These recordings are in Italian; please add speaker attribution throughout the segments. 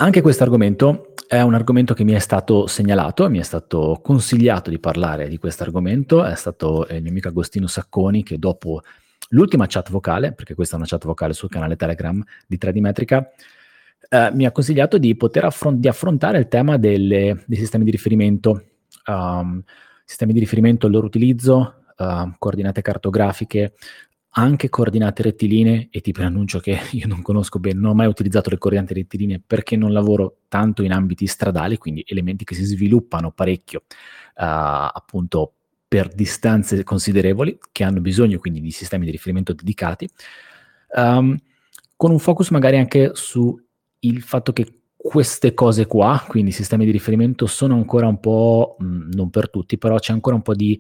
Speaker 1: Anche questo argomento è un argomento che mi è stato segnalato, mi è stato consigliato di parlare di questo argomento, è stato il mio amico Agostino Sacconi che dopo l'ultima chat vocale, perché questa è una chat vocale sul canale Telegram di 3D Metrica, mi ha consigliato di poter di affrontare il tema dei sistemi di riferimento, sistemi di riferimento, il loro utilizzo, coordinate cartografiche, anche coordinate rettilinee, e ti preannuncio che io non conosco bene, non ho mai utilizzato le coordinate rettilinee perché non lavoro tanto in ambiti stradali, quindi elementi che si sviluppano parecchio, appunto per distanze considerevoli, che hanno bisogno quindi di sistemi di riferimento dedicati, con un focus magari anche su il fatto che queste cose qua, quindi sistemi di riferimento, sono ancora un po', non per tutti, però c'è ancora un po' di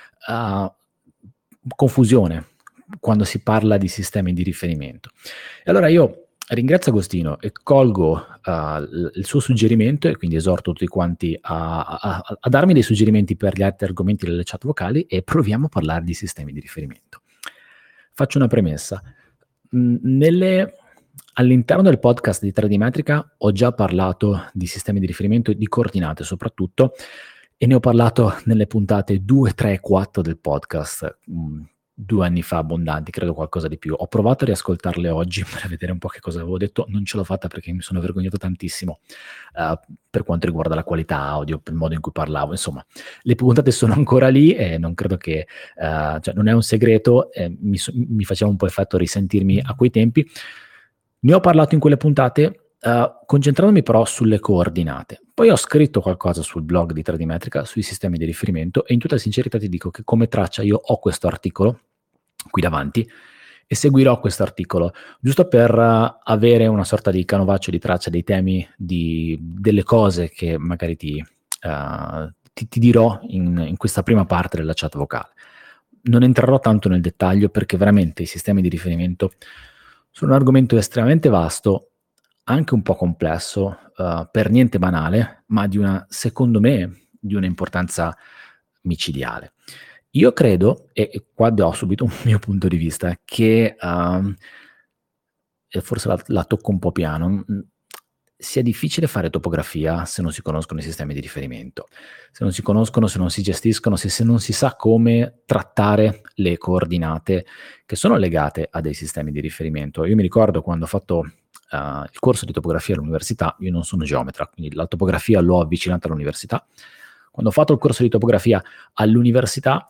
Speaker 1: confusione quando si parla di sistemi di riferimento. E allora io ringrazio Agostino e colgo il suo suggerimento, e quindi esorto tutti quanti a darmi dei suggerimenti per gli altri argomenti delle chat vocali e proviamo a parlare di sistemi di riferimento. Faccio una premessa. All'interno del podcast di 3D Metrica ho già parlato di sistemi di riferimento e di coordinate soprattutto, e ne ho parlato nelle puntate 2, 3 e 4 del podcast, 2 anni fa abbondanti, credo qualcosa di più. Ho provato a riascoltarle oggi per vedere un po' che cosa avevo detto, non ce l'ho fatta perché mi sono vergognato tantissimo per quanto riguarda la qualità audio, per il modo in cui parlavo, insomma. Le puntate sono ancora lì e non credo che, cioè non è un segreto, mi faceva un po' effetto risentirmi a quei tempi. Ne ho parlato in quelle puntate, concentrandomi però sulle coordinate. Poi ho scritto qualcosa sul blog di 3D Metrica sui sistemi di riferimento, e in tutta sincerità ti dico che come traccia io ho questo articolo qui davanti e seguirò questo articolo giusto per avere una sorta di canovaccio di traccia dei temi, delle cose che magari ti dirò in questa prima parte della chat vocale. Non entrerò tanto nel dettaglio perché veramente i sistemi di riferimento sono un argomento estremamente vasto, anche un po' complesso, per niente banale, ma secondo me, di una importanza micidiale. Io credo, e qua do subito un mio punto di vista, che e forse la tocco un po' piano, sia difficile fare topografia se non si conoscono i sistemi di riferimento, se non si conoscono, se non si gestiscono, se non si sa come trattare le coordinate che sono legate a dei sistemi di riferimento. Io mi ricordo quando ho fatto il corso di topografia all'università, io non sono geometra, quindi la topografia l'ho avvicinata all'università. Quando ho fatto il corso di topografia all'università,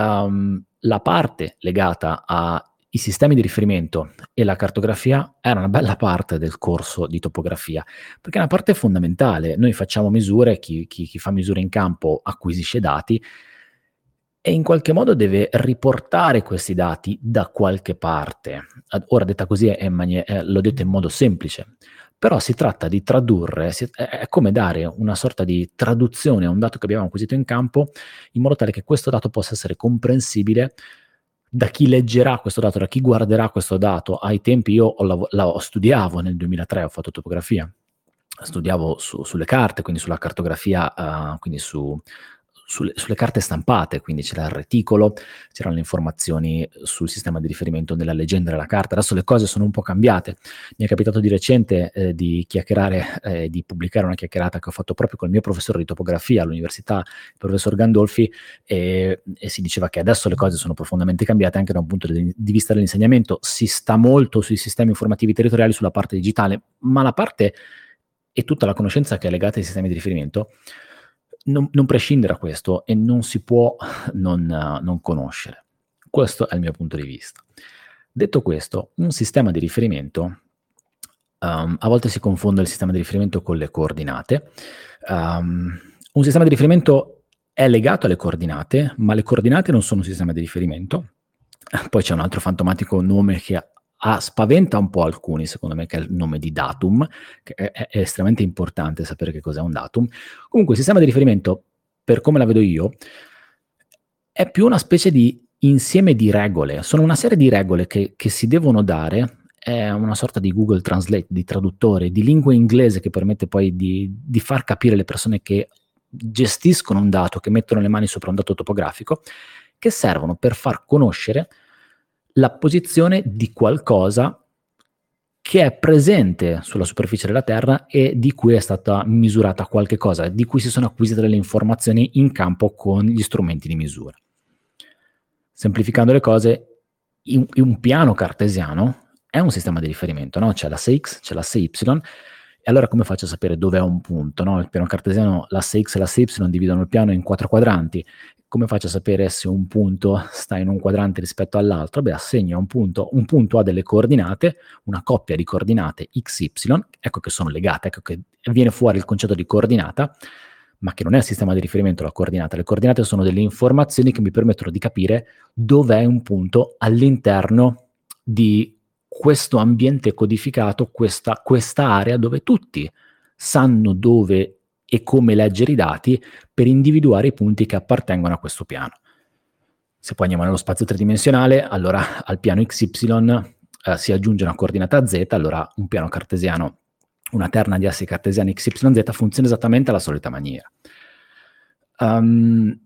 Speaker 1: la parte legata ai sistemi di riferimento e la cartografia era una bella parte del corso di topografia, perché è una parte fondamentale. Noi facciamo misure, chi fa misure in campo acquisisce dati e in qualche modo deve riportare questi dati da qualche parte. Ora detta così l'ho detto in modo semplice, però si tratta di tradurre, è come dare una sorta di traduzione a un dato che abbiamo acquisito in campo, in modo tale che questo dato possa essere comprensibile da chi leggerà questo dato, da chi guarderà questo dato. Ai tempi io studiavo nel 2003, ho fatto topografia, studiavo sulle carte, quindi sulla cartografia, quindi sulle carte stampate, quindi c'era il reticolo, c'erano le informazioni sul sistema di riferimento della leggenda della carta. Adesso le cose sono un po' cambiate. Mi è capitato di recente di chiacchierare, di pubblicare una chiacchierata che ho fatto proprio con il mio professore di topografia all'università, il professor Gandolfi, e si diceva che adesso le cose sono profondamente cambiate anche da un punto di vista dell'insegnamento. Si sta molto sui sistemi informativi territoriali, sulla parte digitale, ma la parte e tutta la conoscenza che è legata ai sistemi di riferimento non prescinde da questo e non si può non conoscere. Questo è il mio punto di vista. Detto questo, un sistema di riferimento, a volte si confonde il sistema di riferimento con le coordinate. Un sistema di riferimento è legato alle coordinate, ma le coordinate non sono un sistema di riferimento. Poi c'è un altro fantomatico nome che spaventa un po' alcuni, secondo me, che è il nome di datum, che è estremamente importante sapere che cos'è un datum. Comunque il sistema di riferimento, per come la vedo io, è più una specie di insieme di regole. Sono una serie di regole che si devono dare, è una sorta di Google Translate, di traduttore, di lingua inglese che permette poi di far capire le persone che gestiscono un dato, che mettono le mani sopra un dato topografico, che servono per far conoscere la posizione di qualcosa che è presente sulla superficie della Terra e di cui è stata misurata qualche cosa, di cui si sono acquisite delle informazioni in campo con gli strumenti di misura. Semplificando le cose, in un piano cartesiano è un sistema di riferimento, no? C'è l'asse X, c'è l'asse Y, e allora come faccio a sapere dove è un punto, no? Il piano cartesiano, l'asse X e l'asse Y dividono il piano in 4 quadranti. Come faccio a sapere se un punto sta in un quadrante rispetto all'altro? Beh, assegno a un punto ha delle coordinate, una coppia di coordinate x, y, ecco che sono legate, ecco che viene fuori il concetto di coordinata, ma che non è il sistema di riferimento la coordinata. Le coordinate sono delle informazioni che mi permettono di capire dov'è un punto all'interno di questo ambiente codificato, questa area dove tutti sanno dove e come leggere i dati per individuare i punti che appartengono a questo piano. Se poi andiamo nello spazio tridimensionale, allora al piano XY si aggiunge una coordinata Z, allora un piano cartesiano, una terna di assi cartesiani XYZ funziona esattamente alla solita maniera. In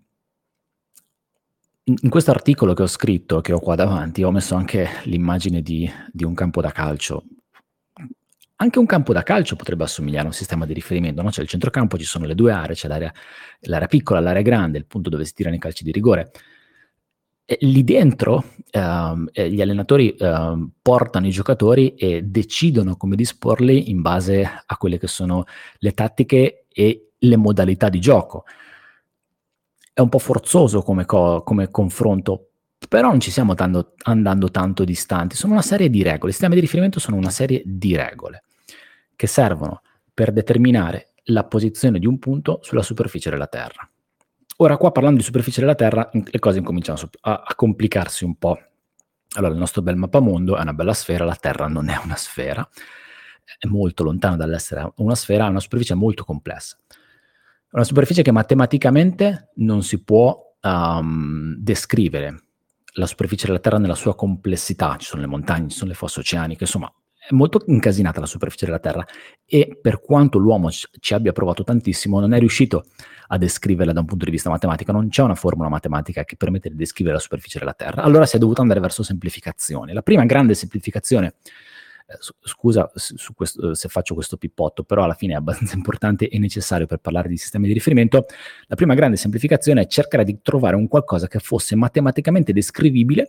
Speaker 1: questo articolo che ho scritto, che ho qua davanti, ho messo anche l'immagine di un campo da calcio. Anche un campo da calcio potrebbe assomigliare a un sistema di riferimento, no? C'è il centrocampo, ci sono le due aree, c'è l'area piccola, l'area grande, il punto dove si tirano i calci di rigore. E lì dentro gli allenatori portano i giocatori e decidono come disporli in base a quelle che sono le tattiche e le modalità di gioco. È un po' forzoso come confronto, però non ci stiamo andando tanto distanti. Sono una serie di regole. I sistemi di riferimento sono una serie di regole che servono per determinare la posizione di un punto sulla superficie della Terra. Ora, qua parlando di superficie della Terra, le cose incominciano a complicarsi un po'. Allora, il nostro bel mappamondo è una bella sfera, la Terra non è una sfera, è molto lontana dall'essere una sfera, ha una superficie molto complessa. Una superficie che matematicamente non si può descrivere. La superficie della Terra nella sua complessità, ci sono le montagne, ci sono le fosse oceaniche, insomma, è molto incasinata la superficie della Terra e per quanto l'uomo ci abbia provato tantissimo, non è riuscito a descriverla da un punto di vista matematico, non c'è una formula matematica che permette di descrivere la superficie della Terra. Allora si è dovuto andare verso semplificazione. La prima grande semplificazione, scusa su questo, se faccio questo pippotto, però alla fine è abbastanza importante e necessario per parlare di sistemi di riferimento. La prima grande semplificazione è cercare di trovare un qualcosa che fosse matematicamente descrivibile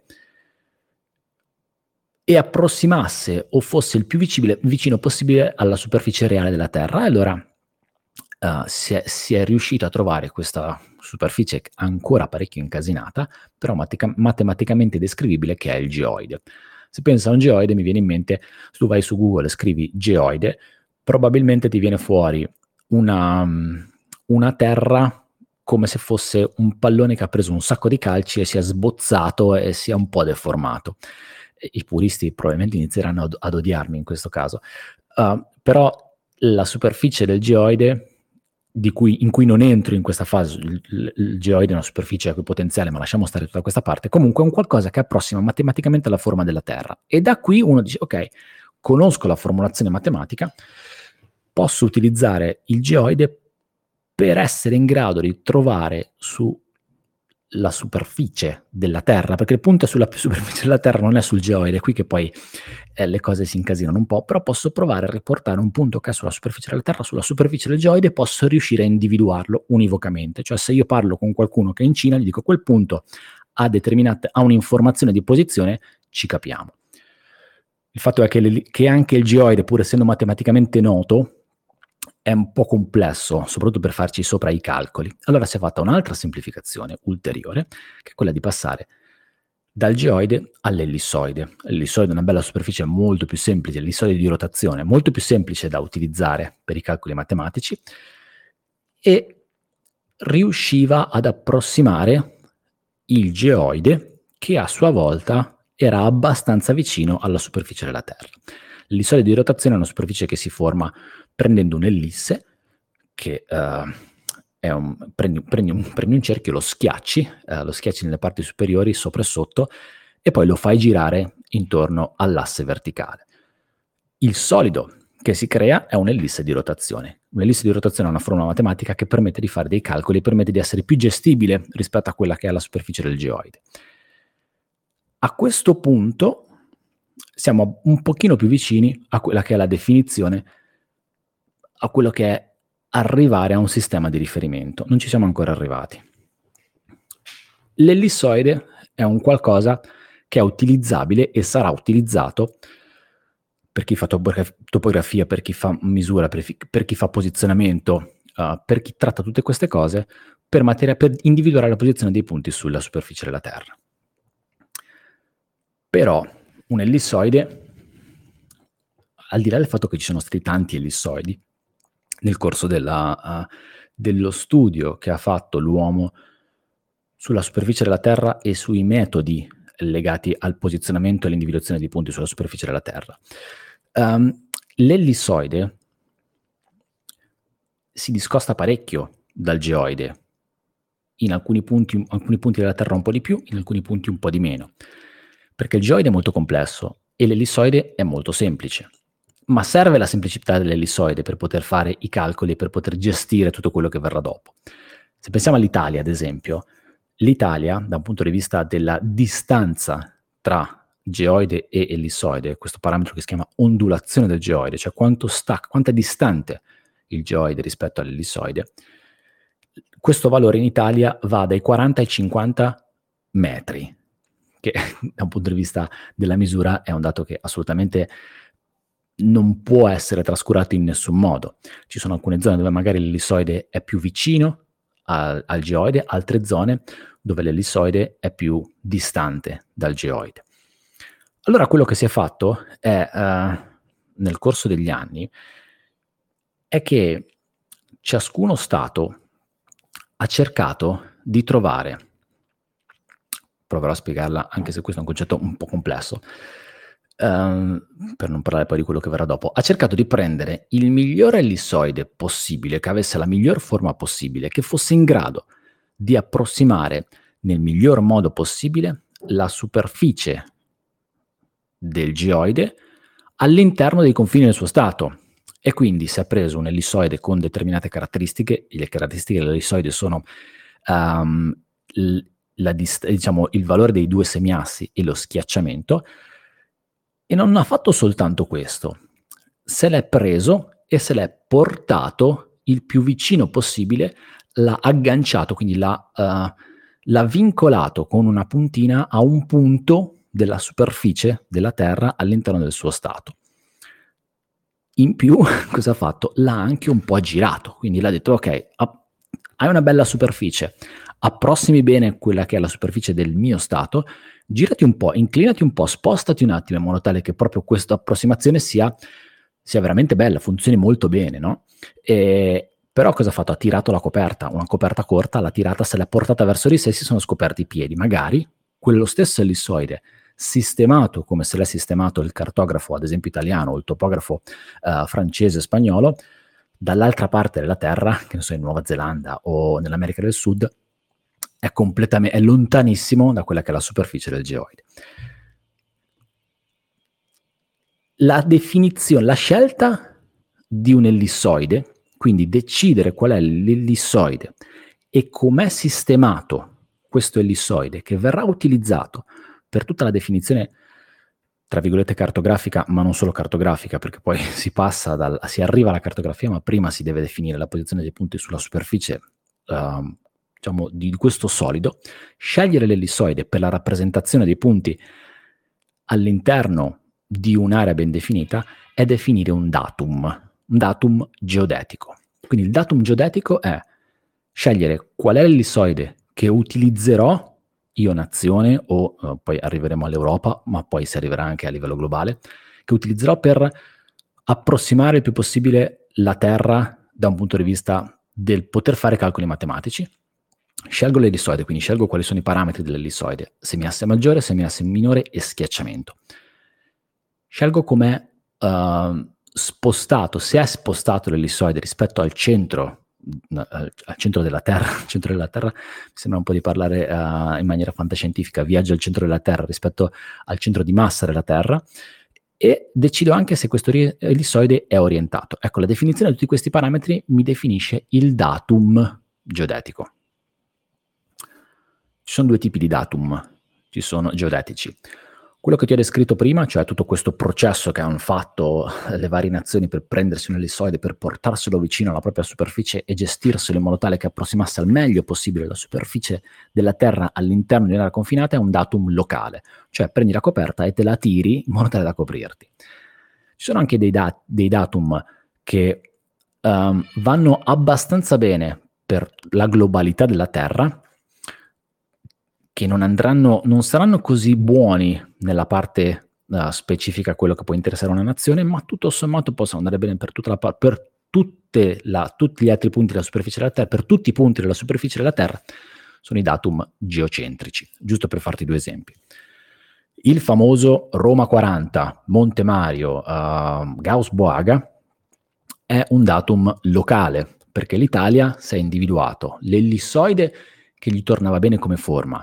Speaker 1: e approssimasse o fosse il più vicino possibile alla superficie reale della Terra. E allora si è riuscito a trovare questa superficie ancora parecchio incasinata, però matematicamente descrivibile, che è il geoide. Se penso a un geoide mi viene in mente, se tu vai su Google e scrivi geoide, probabilmente ti viene fuori una terra come se fosse un pallone che ha preso un sacco di calci e si è sbozzato e si è un po' deformato. I puristi probabilmente inizieranno ad odiarmi in questo caso, però la superficie del geoide, in cui non entro in questa fase, il geoide è una superficie equipotenziale, ma lasciamo stare tutta questa parte, comunque è un qualcosa che approssima matematicamente la forma della Terra. E da qui uno dice, ok, conosco la formulazione matematica, posso utilizzare il geoide per essere in grado di trovare sulla superficie della Terra, perché il punto è sulla superficie della Terra, non è sul geoide, è qui che poi le cose si incasinano un po', però posso provare a riportare un punto che è sulla superficie della Terra, sulla superficie del geoide, posso riuscire a individuarlo univocamente. Cioè se io parlo con qualcuno che è in Cina, gli dico quel punto ha un'informazione di posizione, ci capiamo. Il fatto è che anche il geoide, pur essendo matematicamente noto, è un po' complesso, soprattutto per farci sopra i calcoli. Allora si è fatta un'altra semplificazione ulteriore, che è quella di passare dal geoide all'ellissoide. L'ellissoide è una bella superficie molto più semplice, l'ellissoide di rotazione, molto più semplice da utilizzare per i calcoli matematici, e riusciva ad approssimare il geoide, che a sua volta era abbastanza vicino alla superficie della Terra. L'ellissoide di rotazione è una superficie che si forma prendendo un'ellisse, che prendi un cerchio, lo schiacci nelle parti superiori, sopra e sotto, e poi lo fai girare intorno all'asse verticale. Il solido che si crea è un'ellisse di rotazione. Un'ellisse di rotazione è una formula matematica che permette di fare dei calcoli, permette di essere più gestibile rispetto a quella che è la superficie del geoide. A questo punto siamo un pochino più vicini a quella che è la definizione, a quello che è arrivare a un sistema di riferimento. Non ci siamo ancora arrivati. L'ellissoide è un qualcosa che è utilizzabile e sarà utilizzato per chi fa topografia, per chi fa misura, per chi fa posizionamento, per chi tratta tutte queste cose, per individuare la posizione dei punti sulla superficie della Terra. Però un ellissoide, al di là del fatto che ci sono stati tanti ellissoidi, nel corso dello studio che ha fatto l'uomo sulla superficie della Terra e sui metodi legati al posizionamento e all'individuazione dei punti sulla superficie della Terra, l'ellissoide si discosta parecchio dal geoide, in alcuni punti della Terra un po' di più, in alcuni punti un po' di meno, perché il geoide è molto complesso e l'ellissoide è molto semplice. Ma serve la semplicità dell'ellissoide per poter fare i calcoli, per poter gestire tutto quello che verrà dopo. Se pensiamo all'Italia, ad esempio, l'Italia, da un punto di vista della distanza tra geoide e ellissoide, questo parametro che si chiama ondulazione del geoide, cioè quanto è distante il geoide rispetto all'ellissoide, questo valore in Italia va dai 40 ai 50 metri, che da un punto di vista della misura è un dato che assolutamente non può essere trascurato in nessun modo. Ci sono alcune zone dove magari l'ellissoide è più vicino al geoide, altre zone dove l'ellissoide è più distante dal geoide. Allora quello che si è fatto è, nel corso degli anni, è che ciascuno Stato ha cercato di trovare, proverò a spiegarla anche se questo è un concetto un po' complesso, per non parlare poi di quello che verrà dopo, ha cercato di prendere il migliore ellissoide possibile, che avesse la miglior forma possibile, che fosse in grado di approssimare nel miglior modo possibile la superficie del geoide all'interno dei confini del suo stato. E quindi si è preso un ellissoide con determinate caratteristiche, le caratteristiche dell'ellissoide sono diciamo, il valore dei due semiassi e lo schiacciamento, e non ha fatto soltanto questo, se l'è preso e se l'è portato il più vicino possibile, l'ha agganciato, quindi l'ha vincolato con una puntina a un punto della superficie della Terra all'interno del suo stato. In più, cosa ha fatto? L'ha anche un po' girato, quindi l'ha detto, ok, hai una bella superficie, approssimi bene quella che è la superficie del mio stato, girati un po', inclinati un po', spostati un attimo in modo tale che proprio questa approssimazione sia veramente bella, funzioni molto bene, no? Però cosa ha fatto? Ha tirato la coperta, una coperta corta, l'ha tirata, se l'ha portata verso di sé, si sono scoperti i piedi. Magari quello stesso ellissoide sistemato come se l'è sistemato il cartografo, ad esempio italiano, o il topografo francese, spagnolo, dall'altra parte della Terra, che ne so, in Nuova Zelanda o nell'America del Sud, è lontanissimo da quella che è la superficie del geoide. La definizione, la scelta di un ellissoide, quindi decidere qual è l'ellissoide e com'è sistemato questo ellissoide che verrà utilizzato per tutta la definizione, tra virgolette, cartografica, ma non solo cartografica, perché poi si arriva alla cartografia, ma prima si deve definire la posizione dei punti sulla superficie, diciamo, di questo solido, scegliere l'ellissoide per la rappresentazione dei punti all'interno di un'area ben definita è definire un datum geodetico. Quindi il datum geodetico è scegliere qual è l'ellissoide che utilizzerò io nazione o poi arriveremo all'Europa, ma poi si arriverà anche a livello globale, che utilizzerò per approssimare il più possibile la Terra da un punto di vista del poter fare calcoli matematici. Scelgo l'ellissoide, quindi scelgo quali sono i parametri dell'ellissoide, semiasse maggiore, semiasse minore e schiacciamento. Scelgo com'è spostato, se è spostato l'ellissoide rispetto al centro della Terra. Il centro della Terra mi sembra un po' di parlare in maniera fantascientifica, viaggio al centro della Terra rispetto al centro di massa della Terra, e decido anche se questo ellissoide è orientato. Ecco, la definizione di tutti questi parametri mi definisce il datum geodetico. Ci sono due tipi di datum, ci sono geodetici. Quello che ti ho descritto prima, cioè tutto questo processo che hanno fatto le varie nazioni per prendersi un ellissoide, per portarselo vicino alla propria superficie e gestirselo in modo tale che approssimasse al meglio possibile la superficie della Terra all'interno di un'area confinata, è un datum locale. Cioè prendi la coperta e te la tiri in modo tale da coprirti. Ci sono anche dei datum che vanno abbastanza bene per la globalità della Terra, che non saranno così buoni nella parte specifica, quello che può interessare una nazione, ma tutto sommato possono andare bene per tutti gli altri punti della superficie della Terra, per tutti i punti della superficie della Terra, sono i datum geocentrici, giusto per farti 2 esempi. Il famoso Roma 40, Monte Mario, Gauss-Boaga, è un datum locale, perché l'Italia si è individuato l'ellissoide che gli tornava bene come forma.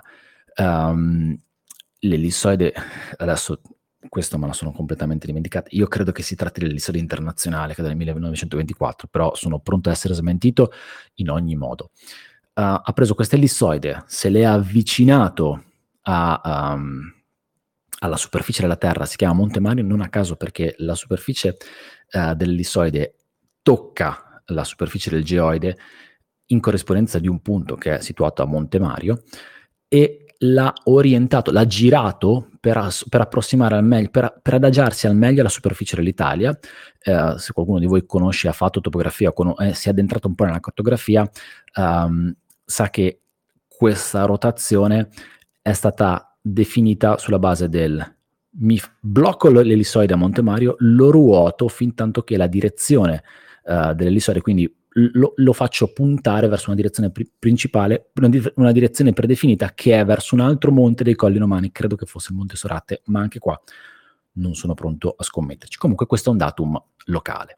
Speaker 1: L'ellissoide, adesso questo me la sono completamente dimenticata, io credo che si tratti dell'ellissoide internazionale che è del 1924, però sono pronto a essere smentito in ogni modo. Ha preso questa ellissoide, se l'è avvicinato alla superficie della Terra, si chiama Monte Mario non a caso perché la superficie dell'ellissoide tocca la superficie del geoide in corrispondenza di un punto che è situato a Monte Mario, e l'ha girato per approssimare al meglio, per adagiarsi al meglio alla superficie dell'Italia. Se qualcuno di voi conosce, ha fatto topografia, si è addentrato un po' nella cartografia, sa che questa rotazione è stata definita sulla base mi blocco l'ellissoide a Monte Mario, lo ruoto fin tanto che la direzione dell'ellissoide, quindi lo faccio puntare verso una direzione principale, una direzione predefinita che è verso un altro monte dei Colli Romani, credo che fosse il Monte Sorate, ma anche qua non sono pronto a scommetterci. Comunque questo è un datum locale.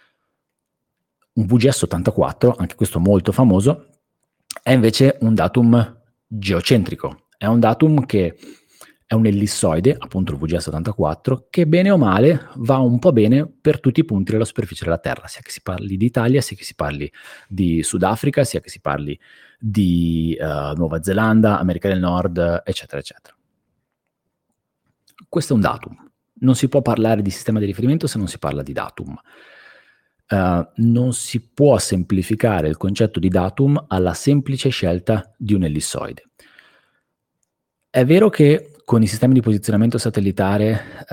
Speaker 1: Un VGS 84, anche questo molto famoso, è invece un datum geocentrico, è un datum che è un ellissoide, appunto il VGS 84, che bene o male va un po' bene per tutti i punti della superficie della Terra, sia che si parli di Italia, sia che si parli di Sudafrica, sia che si parli di Nuova Zelanda, America del Nord, eccetera, eccetera. Questo è un datum. Non si può parlare di sistema di riferimento se non si parla di datum. Non si può semplificare il concetto di datum alla semplice scelta di un ellissoide. È vero che con i sistemi di posizionamento satellitare,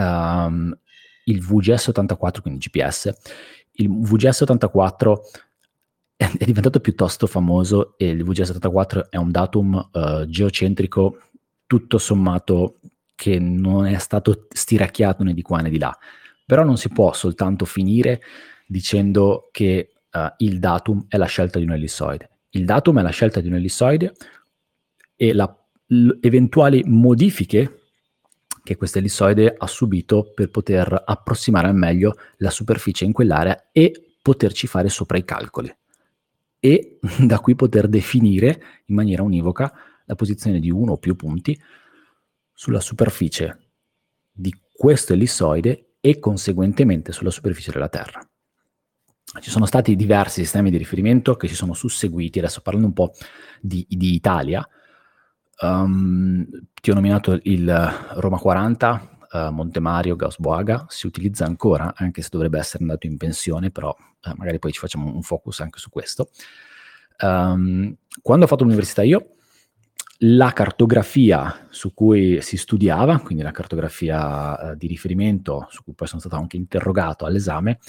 Speaker 1: il VGS-84, quindi GPS, il VGS-84 è diventato piuttosto famoso e il VGS-84 è un datum geocentrico tutto sommato che non è stato stiracchiato né di qua né di là. Però non si può soltanto finire dicendo che il datum è la scelta di un ellissoide. Il datum è la scelta di un ellissoide e eventuali modifiche che questo ellissoide ha subito per poter approssimare al meglio la superficie in quell'area e poterci fare sopra i calcoli e da qui poter definire in maniera univoca la posizione di uno o più punti sulla superficie di questo ellissoide e conseguentemente sulla superficie della Terra. Ci sono stati diversi sistemi di riferimento che si sono susseguiti, adesso parlando un po' di Italia. Ti ho nominato il Roma 40, Monte Mario, Gauss-Boaga, si utilizza ancora, anche se dovrebbe essere andato in pensione, però magari poi ci facciamo un focus anche su questo. Quando ho fatto l'università io, la cartografia su cui si studiava, quindi la cartografia di riferimento, su cui poi sono stato anche interrogato all'esame,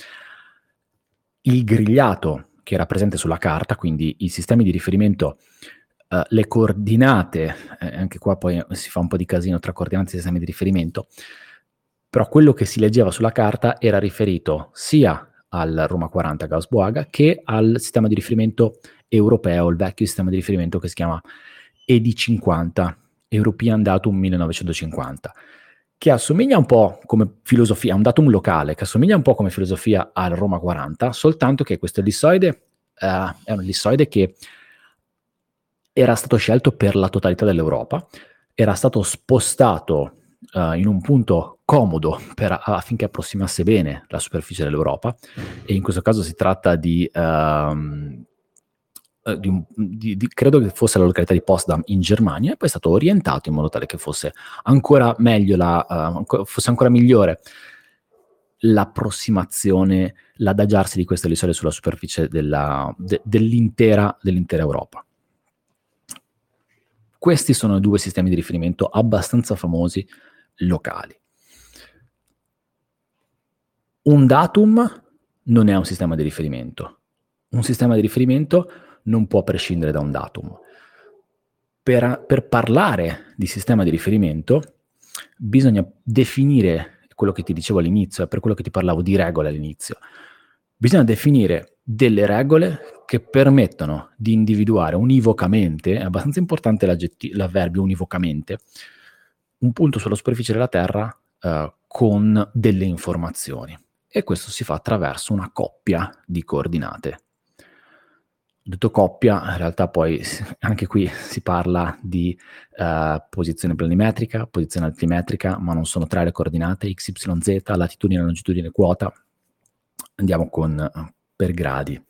Speaker 1: il grigliato che era presente sulla carta, quindi i sistemi di riferimento, le coordinate, anche qua poi si fa un po' di casino tra coordinate e sistemi di riferimento, però quello che si leggeva sulla carta era riferito sia al Roma 40 Gauss-Boaga che al sistema di riferimento europeo, il vecchio sistema di riferimento che si chiama ED50, European Datum 1950, che assomiglia un po' come filosofia, un datum locale, che assomiglia un po' come filosofia al Roma 40, soltanto che questo ellissoide è un ellissoide che era stato scelto per la totalità dell'Europa, era stato spostato in un punto comodo affinché approssimasse bene la superficie dell'Europa, e in questo caso si tratta di credo che fosse la località di Potsdam in Germania, e poi è stato orientato in modo tale che fosse ancora meglio, fosse ancora migliore l'approssimazione, l'adagiarsi di queste ellissoide sulla superficie dell'intera Europa. Questi sono i 2 sistemi di riferimento abbastanza famosi locali. Un datum non è un sistema di riferimento. Un sistema di riferimento non può prescindere da un datum. Per parlare di sistema di riferimento bisogna definire quello che ti dicevo all'inizio, per quello che ti parlavo di regole all'inizio. Bisogna definire delle regole che permettono di individuare univocamente, è abbastanza importante l'avverbio univocamente, un punto sulla superficie della Terra con delle informazioni. E questo si fa attraverso una coppia di coordinate. Detto coppia, in realtà poi anche qui si parla di posizione planimetrica, posizione altimetrica, ma non sono 3 le coordinate, x, y, z, latitudine, longitudine, quota. Andiamo per gradi.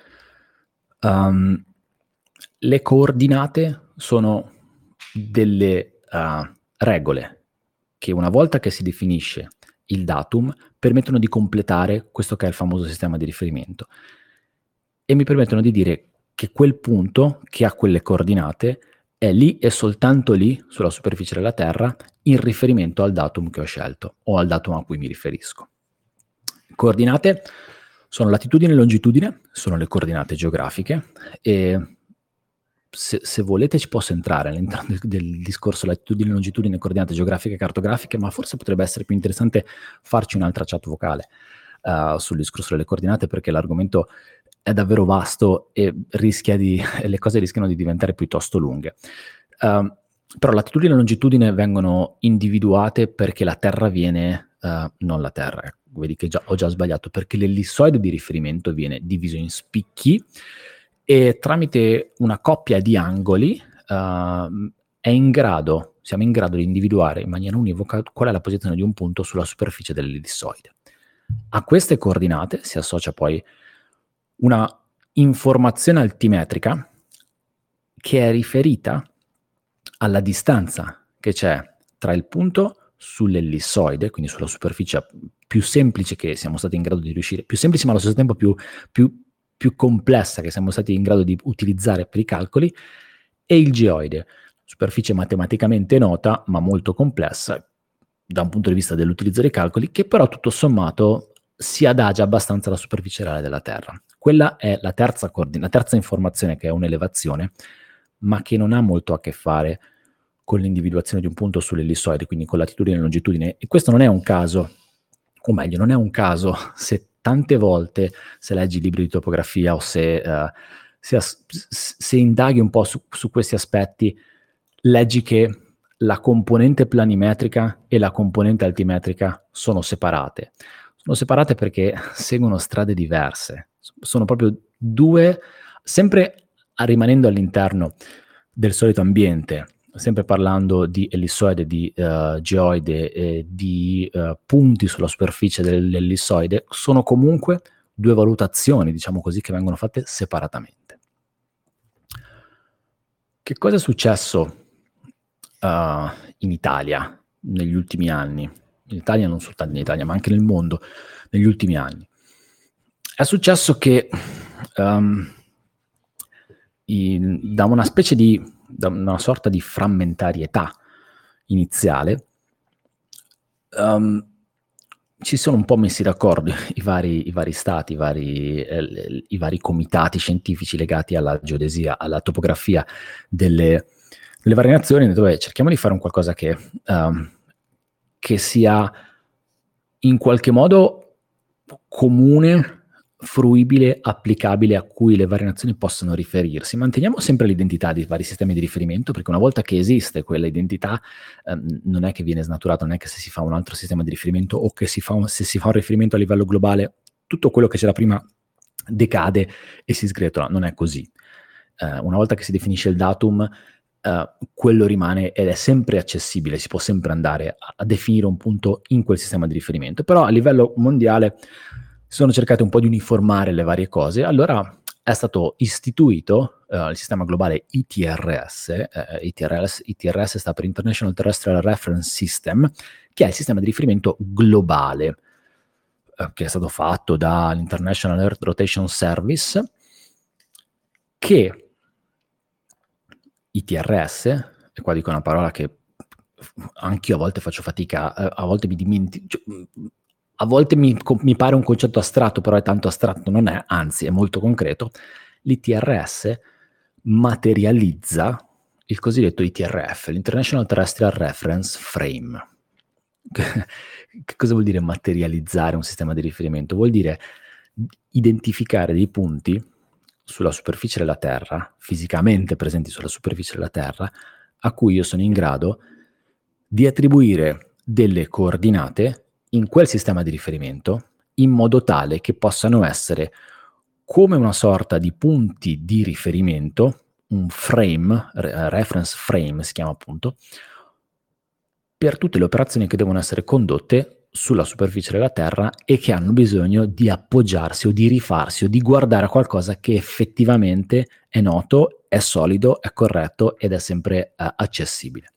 Speaker 1: Le coordinate sono delle regole che, una volta che si definisce il datum, permettono di completare questo che è il famoso sistema di riferimento e mi permettono di dire che quel punto che ha quelle coordinate è lì e soltanto lì sulla superficie della Terra in riferimento al datum che ho scelto o al datum a cui mi riferisco. Coordinate sono latitudine e longitudine, sono le coordinate geografiche, e se volete ci posso entrare all'interno del discorso latitudine, longitudine, coordinate geografiche e cartografiche, ma forse potrebbe essere più interessante farci un'altra chat vocale sul discorso delle coordinate, perché l'argomento è davvero vasto e le cose rischiano di diventare piuttosto lunghe. Però latitudine e longitudine vengono individuate perché la Terra viene, non la Terra, vedi che ho già sbagliato, perché l'ellissoide di riferimento viene diviso in spicchi e tramite una coppia di angoli siamo in grado di individuare in maniera univoca qual è la posizione di un punto sulla superficie dell'ellissoide. A queste coordinate si associa poi una informazione altimetrica che è riferita alla distanza che c'è tra il punto sull'ellissoide, quindi sulla superficie più semplice che siamo stati in grado di riuscire, più semplice ma allo stesso tempo più complessa che siamo stati in grado di utilizzare per i calcoli, e il geoide, superficie matematicamente nota ma molto complessa da un punto di vista dell'utilizzo dei calcoli, che però tutto sommato si adagia abbastanza alla superficie reale della Terra. Quella è la terza informazione, che è un'elevazione, ma che non ha molto a che fare con l'individuazione di un punto sull'ellissoide, quindi con latitudine e longitudine. E questo non è un caso, o meglio, non è un caso se tante volte, se leggi libri di topografia o se indaghi un po' su questi aspetti, leggi che la componente planimetrica e la componente altimetrica sono separate. Sono separate perché seguono strade diverse. Sono proprio due, sempre rimanendo all'interno del solito ambiente, sempre parlando di ellissoide, di geoide e di punti sulla superficie dell'ellissoide, sono comunque 2 valutazioni, diciamo così, che vengono fatte separatamente. Che cosa è successo in Italia negli ultimi anni? In Italia, non soltanto in Italia, ma anche nel mondo, negli ultimi anni. È successo che da una sorta di frammentarietà iniziale, ci sono un po' messi d'accordo i vari stati, i vari comitati scientifici legati alla geodesia, alla topografia delle varie nazioni, dove cerchiamo di fare un qualcosa che sia in qualche modo comune, fruibile, applicabile, a cui le varie nazioni possono riferirsi. Manteniamo sempre l'identità dei vari sistemi di riferimento, perché una volta che esiste quella identità non è che viene snaturata, non è che se si fa un altro sistema di riferimento o che se si fa un riferimento a livello globale tutto quello che c'era prima decade e si sgretola. Non è così. Una volta che si definisce il datum, quello rimane ed è sempre accessibile, si può sempre andare a definire un punto in quel sistema di riferimento. Però a livello mondiale sono cercate un po' di uniformare le varie cose, allora è stato istituito il sistema globale ITRS. ITRS sta per International Terrestrial Reference System, che è il sistema di riferimento globale, che è stato fatto dall'International Earth Rotation Service, che ITRS, e qua dico una parola che anch'io a volte faccio fatica, a volte mi dimentico, a volte mi pare un concetto astratto, però è tanto astratto, non è, anzi è molto concreto. L'ITRS materializza il cosiddetto ITRF, l'International Terrestrial Reference Frame. Che cosa vuol dire materializzare un sistema di riferimento? Vuol dire identificare dei punti sulla superficie della Terra, fisicamente presenti sulla superficie della Terra, a cui io sono in grado di attribuire delle coordinate in quel sistema di riferimento in modo tale che possano essere come una sorta di punti di riferimento, un frame, reference frame si chiama appunto, per tutte le operazioni che devono essere condotte sulla superficie della Terra e che hanno bisogno di appoggiarsi o di rifarsi o di guardare a qualcosa che effettivamente è noto, è solido, è corretto ed è sempre accessibile.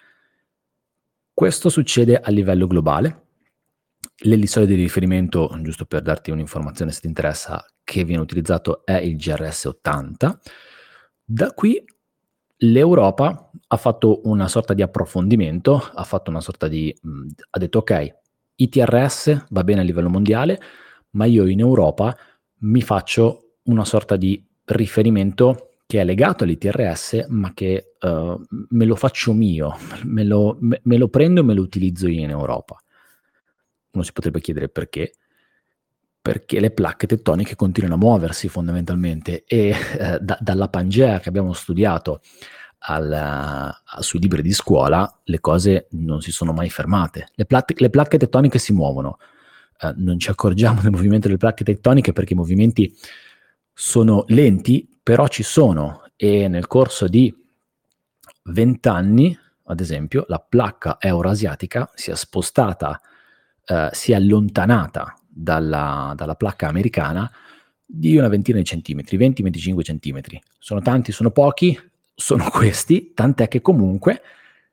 Speaker 1: Questo succede a livello globale. L'elisode di riferimento, giusto per darti un'informazione se ti interessa, che viene utilizzato è il GRS 80. Da qui l'Europa ha fatto una sorta di approfondimento, ha fatto una sorta di... ha detto ok, ITRS va bene a livello mondiale, ma io in Europa mi faccio una sorta di riferimento che è legato all'ITRS, ma che me lo faccio mio, me lo prendo e me lo utilizzo io in Europa. Uno si potrebbe chiedere perché. Perché le placche tettoniche continuano a muoversi fondamentalmente e dalla Pangea che abbiamo studiato sui libri di scuola le cose non si sono mai fermate. Le placche tettoniche si muovono. Non ci accorgiamo del movimento delle placche tettoniche perché i movimenti sono lenti, però ci sono, e nel corso di 20 anni, ad esempio, la placca euroasiatica si è spostata, si è allontanata dalla placca americana di una ventina di centimetri, 20-25 centimetri. Sono tanti, sono pochi, sono questi, tant'è che comunque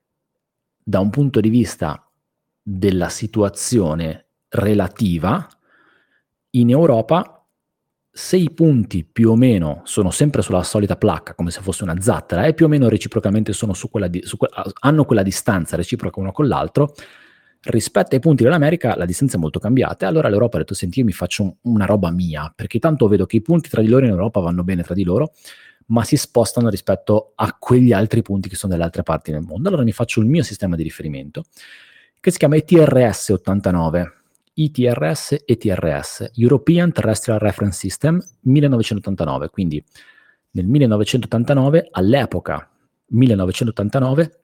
Speaker 1: da un punto di vista della situazione relativa in Europa, se i punti più o meno sono sempre sulla solita placca, come se fosse una zattera, e più o meno reciprocamente sono hanno quella distanza reciproca uno con l'altro, rispetto ai punti dell'America la distanza è molto cambiata. E allora l'Europa ha detto: senti, io mi faccio una roba mia, perché tanto vedo che i punti tra di loro in Europa vanno bene tra di loro, ma si spostano rispetto a quegli altri punti che sono dalle altre parti del mondo. Allora mi faccio il mio sistema di riferimento, che si chiama ITRS 89. ITRS ETRS, European Terrestrial Reference System, 1989. Quindi nel 1989, all'epoca 1989,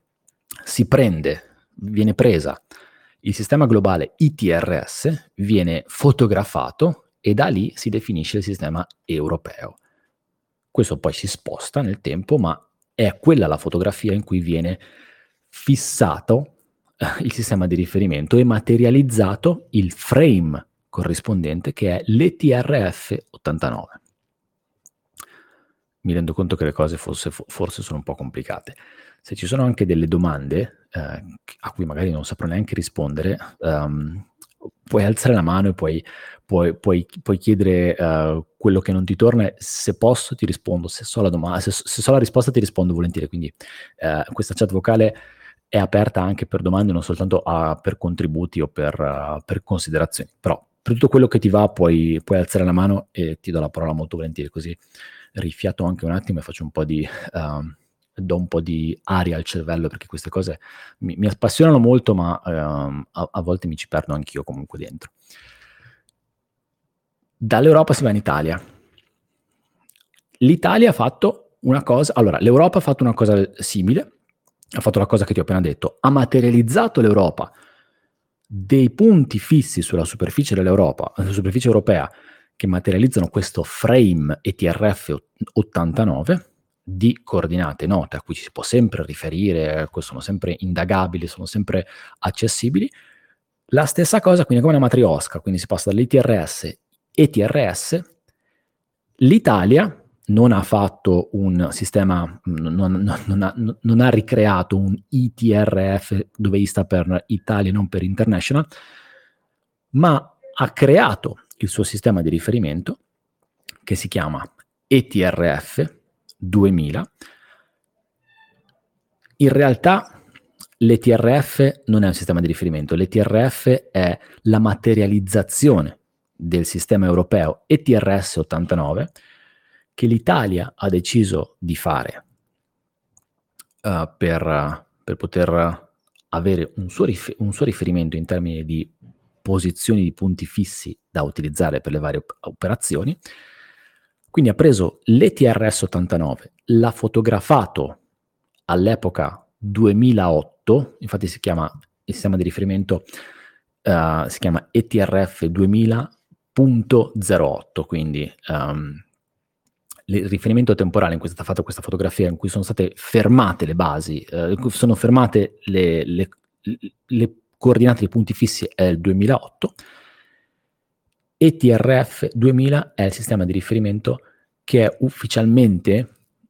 Speaker 1: viene presa il sistema globale ITRS, viene fotografato e da lì si definisce il sistema europeo. Questo poi si sposta nel tempo, ma è quella la fotografia in cui viene fissato il sistema di riferimento e materializzato il frame corrispondente, che è l'ETRF 89. Mi rendo conto che le cose forse sono un po' complicate. Se ci sono anche delle domande a cui magari non saprò neanche rispondere, puoi alzare la mano e puoi chiedere quello che non ti torna. Se posso ti rispondo, se so la risposta ti rispondo volentieri. Quindi questa chat vocale è aperta anche per domande, non soltanto per contributi o per considerazioni. Però per tutto quello che ti va puoi alzare la mano e ti do la parola molto volentieri, così rifiato anche un attimo e faccio un po' di do un po' di aria al cervello, perché queste cose mi appassionano molto, ma a volte mi ci perdo anch'io comunque dentro. Dall'Europa si va in Italia. L'Italia ha fatto una cosa, allora l'Europa ha fatto una cosa simile, ha fatto la cosa che ti ho appena detto, ha materializzato l'Europa dei punti fissi sulla superficie dell'Europa, sulla superficie europea, che materializzano questo frame ETRF 89 di coordinate note a cui ci si può sempre riferire, sono sempre indagabili, sono sempre accessibili. La stessa cosa quindi come una matriosca, quindi si passa dall'ITRS ETRS. L'Italia non ha fatto un sistema, non ha ricreato un ITRF, dove I sta per Italia e non per International, ma ha creato il suo sistema di riferimento che si chiama ETRF 2000. In realtà l'ETRF non è un sistema di riferimento, l'ETRF è la materializzazione del sistema europeo ETRS 89 che l'Italia ha deciso di fare per poter avere un suo riferimento in termini di posizioni di punti fissi da utilizzare per le varie operazioni. Quindi ha preso l'ETRS 89, l'ha fotografato all'epoca 2008, infatti si chiama il sistema di riferimento si chiama ETRF 2000.08, quindi il riferimento temporale in cui è stata fatta questa fotografia, in cui sono state fermate le basi, in cui sono fermate le coordinate dei punti fissi è il 2008. ETRF 2000 è il sistema di riferimento che è ufficialmente,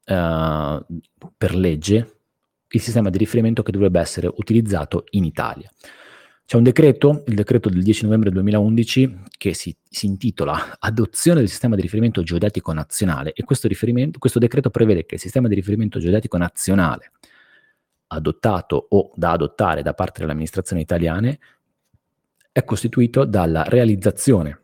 Speaker 1: per legge, il sistema di riferimento che dovrebbe essere utilizzato in Italia. C'è un decreto, il decreto del 10 novembre 2011, che si intitola Adozione del sistema di riferimento geodetico nazionale, e questo decreto prevede che il sistema di riferimento geodetico nazionale adottato o da adottare da parte delle amministrazioni italiane è costituito dalla realizzazione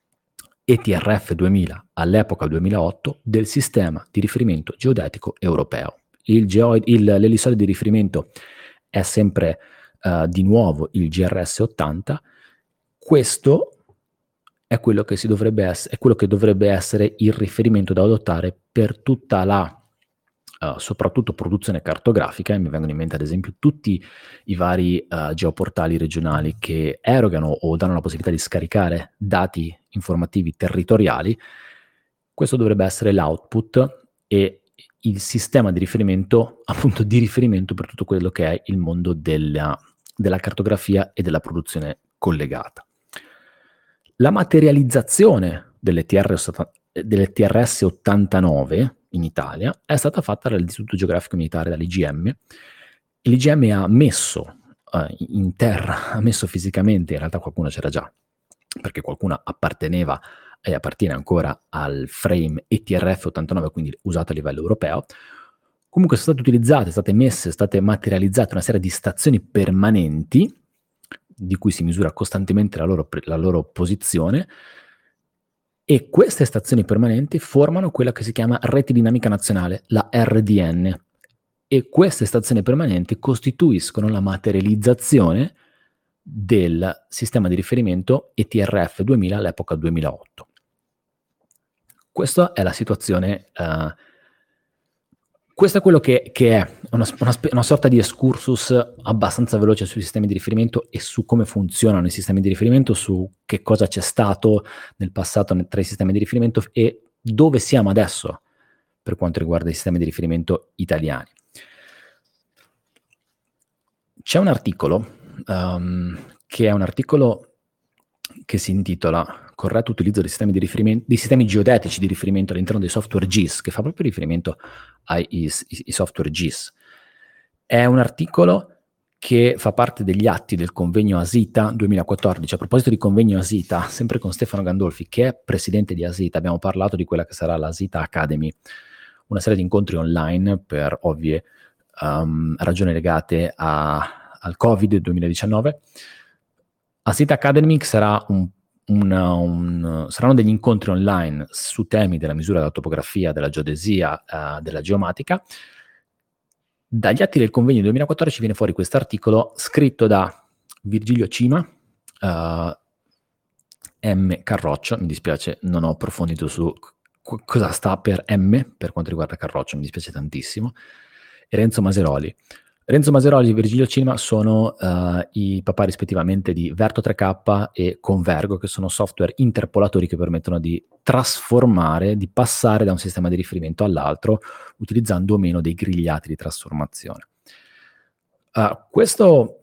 Speaker 1: ETRF 2000 all'epoca 2008 del sistema di riferimento geodetico europeo. L'elisode di riferimento è sempre di nuovo il GRS 80. Questo è quello che dovrebbe essere il riferimento da adottare per tutta la soprattutto produzione cartografica, e mi vengono in mente ad esempio tutti i vari geoportali regionali che erogano o danno la possibilità di scaricare dati informativi territoriali. Questo dovrebbe essere l'output e il sistema di riferimento, appunto di riferimento per tutto quello che è il mondo della cartografia e della produzione collegata. La materializzazione dell'ETRS 89 in Italia è stata fatta dall'Istituto Geografico Militare, dall'IGM. L'IGM ha messo in terra, ha messo fisicamente, in realtà qualcuno c'era già, perché qualcuno apparteneva e appartiene ancora al frame ETRF 89, quindi usato a livello europeo. Comunque sono state utilizzate, state materializzate una serie di stazioni permanenti di cui si misura costantemente la loro posizione, e queste stazioni permanenti formano quella che si chiama Rete Dinamica Nazionale, la RDN, e queste stazioni permanenti costituiscono la materializzazione del sistema di riferimento ETRF 2000 all'epoca 2008. Questa è la situazione, questo è quello che è una sorta di excursus abbastanza veloce sui sistemi di riferimento e su come funzionano i sistemi di riferimento, su che cosa c'è stato nel passato tra i sistemi di riferimento e dove siamo adesso per quanto riguarda i sistemi di riferimento italiani. C'è un articolo che si intitola Corretto utilizzo dei sistemi geodetici di riferimento all'interno dei software GIS, che fa proprio riferimento ai software GIS. È un articolo che fa parte degli atti del convegno ASITA 2014. A proposito di convegno ASITA, sempre con Stefano Gandolfi, che è presidente di ASITA, abbiamo parlato di quella che sarà l'ASITA Academy, una serie di incontri online per ovvie ragioni legate al Covid 2019. ASITA Academy saranno degli incontri online su temi della misura della topografia, della geodesia, della geomatica. Dagli atti del convegno 2014 viene fuori questo articolo scritto da Virgilio Cima, M. Carroccio, mi dispiace, non ho approfondito su cosa sta per M per quanto riguarda Carroccio, mi dispiace tantissimo, e Renzo Maseroli. Renzo Maseroli e Virgilio Cima sono i papà rispettivamente di Verto 3K e Convergo, che sono software interpolatori che permettono di trasformare, di passare da un sistema di riferimento all'altro utilizzando o meno dei grigliati di trasformazione. Questo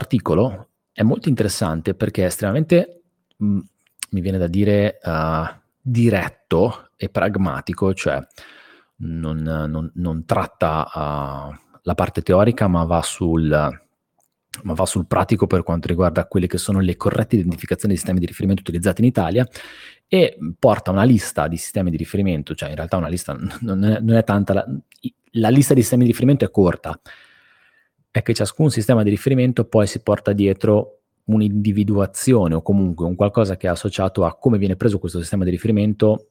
Speaker 1: articolo è molto interessante perché è estremamente, mi viene da dire, diretto e pragmatico, cioè non tratta la parte teorica, ma va sul pratico per quanto riguarda quelle che sono le corrette identificazioni di sistemi di riferimento utilizzati in Italia, e porta una lista di sistemi di riferimento, cioè in realtà una lista non è tanta, la lista di sistemi di riferimento è corta, è che ciascun sistema di riferimento poi si porta dietro un'individuazione o comunque un qualcosa che è associato a come viene preso questo sistema di riferimento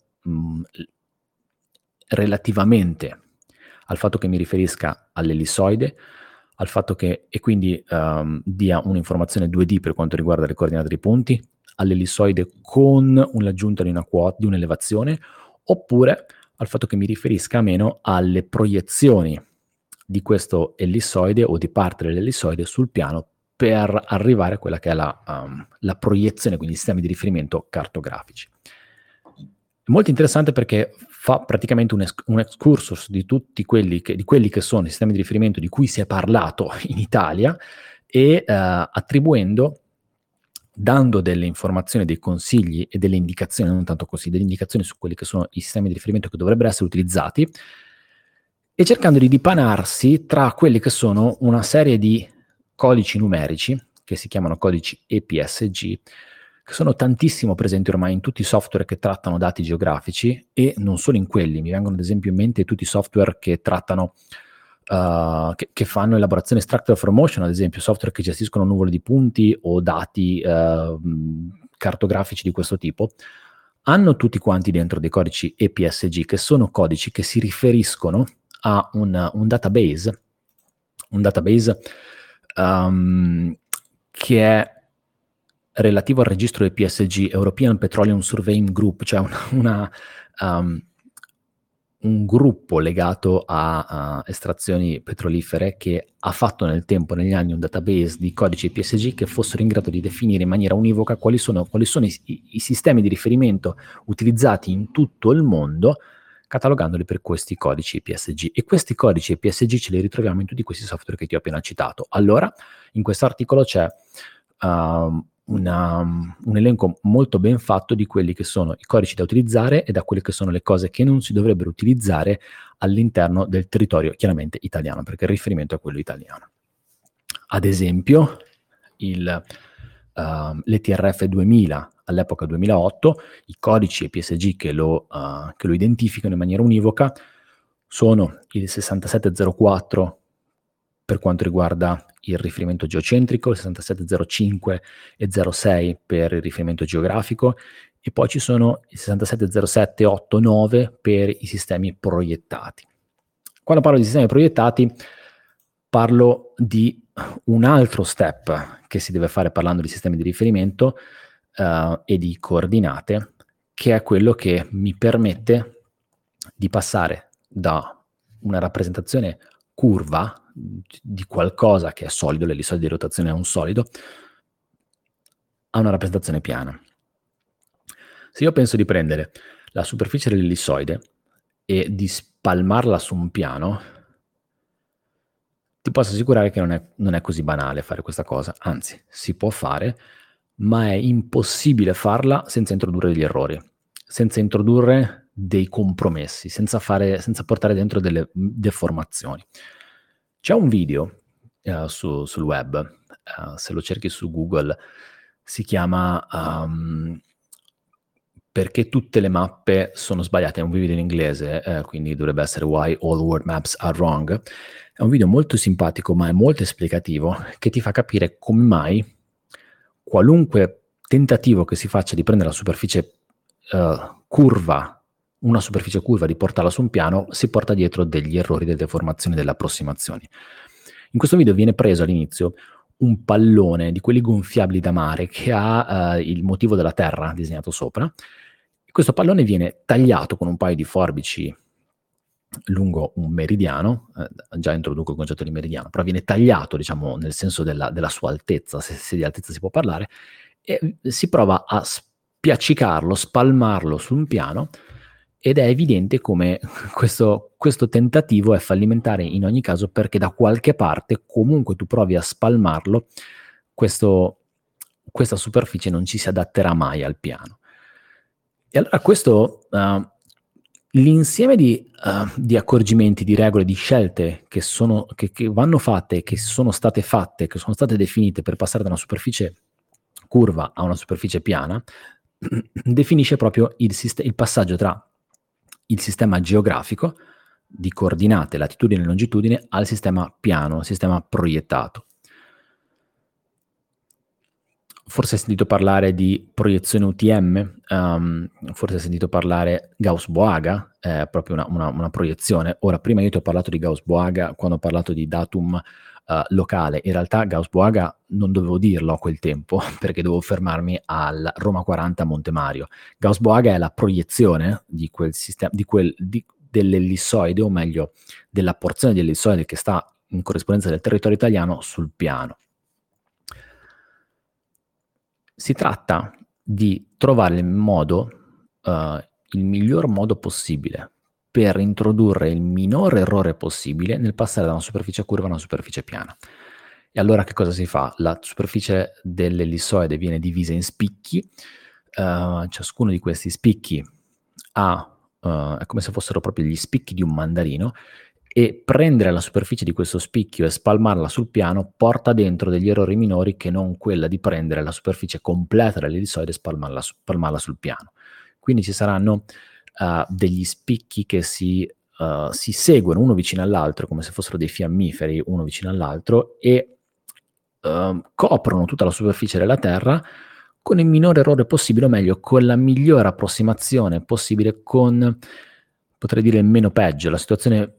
Speaker 1: relativamente al fatto che mi riferisca all'ellissoide, al fatto che, e quindi dia un'informazione 2D per quanto riguarda le coordinate dei punti, all'ellissoide con l'aggiunta di una quota, di un'elevazione, oppure al fatto che mi riferisca meno alle proiezioni di questo ellissoide o di parte dell'ellissoide sul piano per arrivare a quella che è la proiezione, quindi i sistemi di riferimento cartografici. È molto interessante perché fa praticamente un excursus di tutti quelli che sono i sistemi di riferimento di cui si è parlato in Italia, e attribuendo, dando delle informazioni, dei consigli e delle indicazioni, non tanto così, delle indicazioni su quelli che sono i sistemi di riferimento che dovrebbero essere utilizzati, e cercando di dipanarsi tra quelli che sono una serie di codici numerici, che si chiamano codici EPSG, che sono tantissimo presenti ormai in tutti i software che trattano dati geografici, e non solo in quelli. Mi vengono ad esempio in mente tutti i software che trattano, che fanno elaborazione structure from motion, ad esempio software che gestiscono nuvole di punti o dati cartografici di questo tipo, hanno tutti quanti dentro dei codici EPSG, che sono codici che si riferiscono a un database che è relativo al registro EPSG, European Petroleum Surveying Group, cioè un gruppo legato a estrazioni petrolifere, che ha fatto nel tempo, negli anni, un database di codici EPSG che fossero in grado di definire in maniera univoca quali sono i sistemi di riferimento utilizzati in tutto il mondo, catalogandoli per questi codici EPSG. E questi codici EPSG ce li ritroviamo in tutti questi software che ti ho appena citato. Allora, in questo articolo c'è un elenco molto ben fatto di quelli che sono i codici da utilizzare e da quelle che sono le cose che non si dovrebbero utilizzare all'interno del territorio, chiaramente italiano, perché il riferimento è quello italiano. Ad esempio, l'ETRF 2000, all'epoca 2008, i codici EPSG che lo identificano in maniera univoca sono il 6704 per quanto riguarda il riferimento geocentrico, il 6705 e 06 per il riferimento geografico, e poi ci sono il 6707 8 9 per i sistemi proiettati. Quando parlo di sistemi proiettati parlo di un altro step che si deve fare parlando di sistemi di riferimento e di coordinate, che è quello che mi permette di passare da una rappresentazione curva di qualcosa che è solido, l'ellissoide di rotazione è un solido, a una rappresentazione piana. Se io penso di prendere la superficie dell'ellissoide e di spalmarla su un piano, ti posso assicurare che non è così banale fare questa cosa, anzi, si può fare, ma è impossibile farla senza introdurre degli errori, senza introdurre dei compromessi, senza portare dentro delle deformazioni. C'è un video sul web, se lo cerchi su Google, si chiama Perché tutte le mappe sono sbagliate, è un video in inglese, quindi dovrebbe essere Why All World Maps Are Wrong. È un video molto simpatico, ma è molto esplicativo, che ti fa capire come mai qualunque tentativo che si faccia di prendere la superficie curva, una superficie curva, di portarla su un piano, si porta dietro degli errori, delle deformazioni, delle approssimazioni. In questo video viene preso all'inizio un pallone di quelli gonfiabili da mare che ha il motivo della Terra disegnato sopra. E questo pallone viene tagliato con un paio di forbici lungo un meridiano, già introduco il concetto di meridiano, però viene tagliato, diciamo, nel senso della sua altezza, se di altezza si può parlare, e si prova a spiaccicarlo, spalmarlo su un piano, ed è evidente come questo tentativo è fallimentare in ogni caso, perché da qualche parte, comunque tu provi a spalmarlo, questa superficie non ci si adatterà mai al piano. E allora questo, l'insieme di accorgimenti, di regole, di scelte che vanno fatte, che sono state fatte, che sono state definite per passare da una superficie curva a una superficie piana, definisce proprio il passaggio tra il sistema geografico di coordinate, latitudine e longitudine, al sistema piano, sistema proiettato. Forse hai sentito parlare di proiezione UTM, forse hai sentito parlare Gauss-Boaga, è proprio una proiezione. Ora, prima io ti ho parlato di Gauss-Boaga quando ho parlato di datum locale. In realtà Gauss-Boaga non dovevo dirlo a quel tempo, perché dovevo fermarmi al Roma 40 Monte Mario. Gauss-Boaga è la proiezione di quel sistema, dell'ellissoide, o meglio, della porzione di ellисsoide che sta in corrispondenza del territorio italiano sul piano. Si tratta di trovare il miglior modo possibile per introdurre il minore errore possibile nel passare da una superficie curva a una superficie piana. E allora che cosa si fa? La superficie dell'ellissoide viene divisa in spicchi, ciascuno di questi spicchi è come se fossero proprio gli spicchi di un mandarino, e prendere la superficie di questo spicchio e spalmarla sul piano porta dentro degli errori minori che non quella di prendere la superficie completa dell'ellissoide e spalmarla sul piano. Quindi ci saranno degli spicchi che si seguono uno vicino all'altro, come se fossero dei fiammiferi uno vicino all'altro, e coprono tutta la superficie della Terra con il minore errore possibile, o meglio, con la migliore approssimazione possibile, potrei dire, il meno peggio, la situazione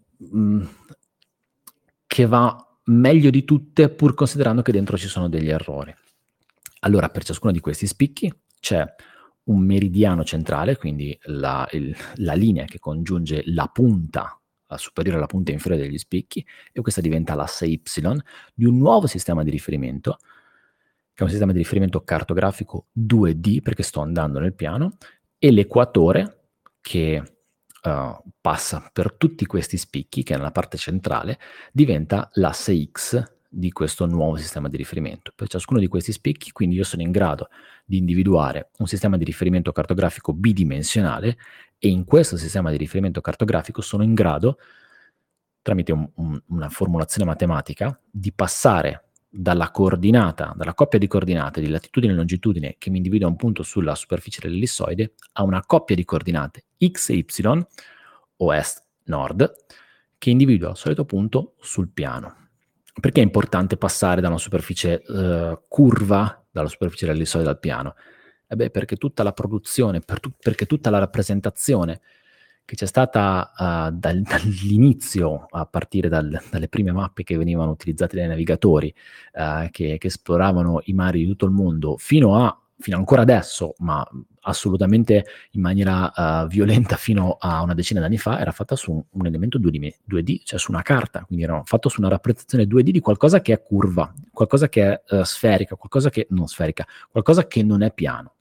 Speaker 1: che va meglio di tutte, pur considerando che dentro ci sono degli errori. Allora, per ciascuno di questi spicchi c'è un meridiano centrale, quindi la linea che congiunge la punta superiore alla punta inferiore degli spicchi, e questa diventa l'asse Y di un nuovo sistema di riferimento, che è un sistema di riferimento cartografico 2D, perché sto andando nel piano, e l'equatore che passa per tutti questi spicchi, che nella parte centrale diventa l'asse X di questo nuovo sistema di riferimento. Per ciascuno di questi spicchi, quindi, io sono in grado di individuare un sistema di riferimento cartografico bidimensionale, e in questo sistema di riferimento cartografico sono in grado, tramite una formulazione matematica, di passare dalla coppia di coordinate di latitudine e longitudine che mi individua un punto sulla superficie dell'ellissoide a una coppia di coordinate x e y, o est-nord, che individua al solito punto sul piano. Perché è importante passare da una superficie curva, dalla superficie dell'ellissoide al piano? Perché tutta la produzione, perché tutta la rappresentazione che c'è stata dall'inizio, a partire dalle prime mappe che venivano utilizzate dai navigatori che esploravano i mari di tutto il mondo, fino ancora adesso, ma assolutamente in maniera violenta fino a una decina d'anni fa, era fatta su un elemento 2D, cioè su una carta, quindi era fatto su una rappresentazione 2D di qualcosa che è curva, qualcosa che è sferica, qualcosa che non sferica, qualcosa che non è piano.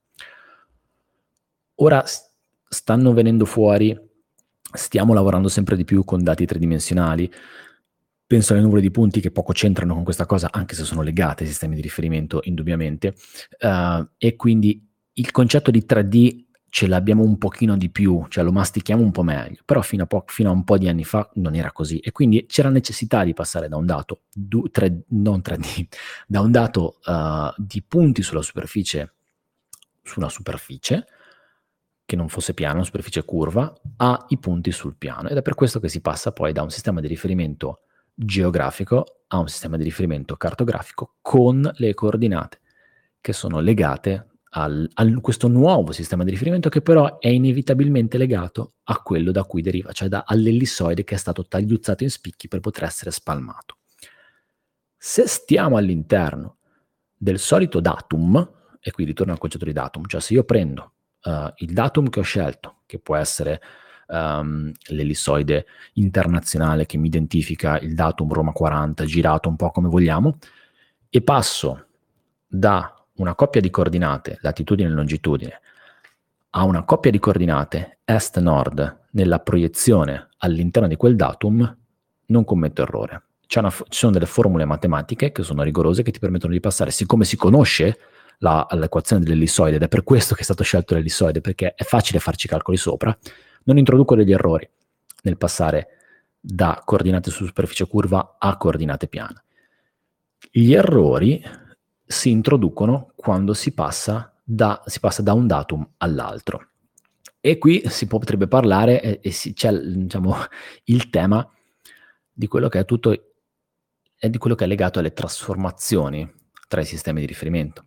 Speaker 1: Ora stanno venendo fuori, stiamo lavorando sempre di più con dati tridimensionali. Penso alle nuvole di punti, che poco c'entrano con questa cosa, anche se sono legate ai sistemi di riferimento, indubbiamente, e quindi il concetto di 3D ce l'abbiamo un pochino di più, cioè lo mastichiamo un po' meglio, però fino a un po' di anni fa non era così, e quindi c'era necessità di passare da un dato da un dato di punti sulla superficie, su una superficie che non fosse piana, una superficie curva, ai punti sul piano, ed è per questo che si passa poi da un sistema di riferimento geografico a un sistema di riferimento cartografico con le coordinate che sono legate a questo nuovo sistema di riferimento, che però è inevitabilmente legato a quello da cui deriva, cioè all'ellissoide che è stato tagliuzzato in spicchi per poter essere spalmato. Se stiamo all'interno del solito datum, e qui ritorno al concetto di datum, cioè se io prendo il datum che ho scelto, che può essere l'ellissoide internazionale che mi identifica il datum Roma 40, girato un po' come vogliamo, e passo da una coppia di coordinate, latitudine e longitudine, a una coppia di coordinate est-nord nella proiezione all'interno di quel datum, non commetto errore. Ci sono delle formule matematiche che sono rigorose, che ti permettono di passare, siccome si conosce all'equazione dell'ellissoide, ed è per questo che è stato scelto l'ellissoide, perché è facile farci i calcoli sopra. Non introduco degli errori nel passare da coordinate su superficie curva a coordinate piane. Gli errori si introducono quando si passa da un datum all'altro. E qui si potrebbe parlare, c'è, diciamo, il tema di quello che è tutto, di quello che è legato alle trasformazioni tra i sistemi di riferimento.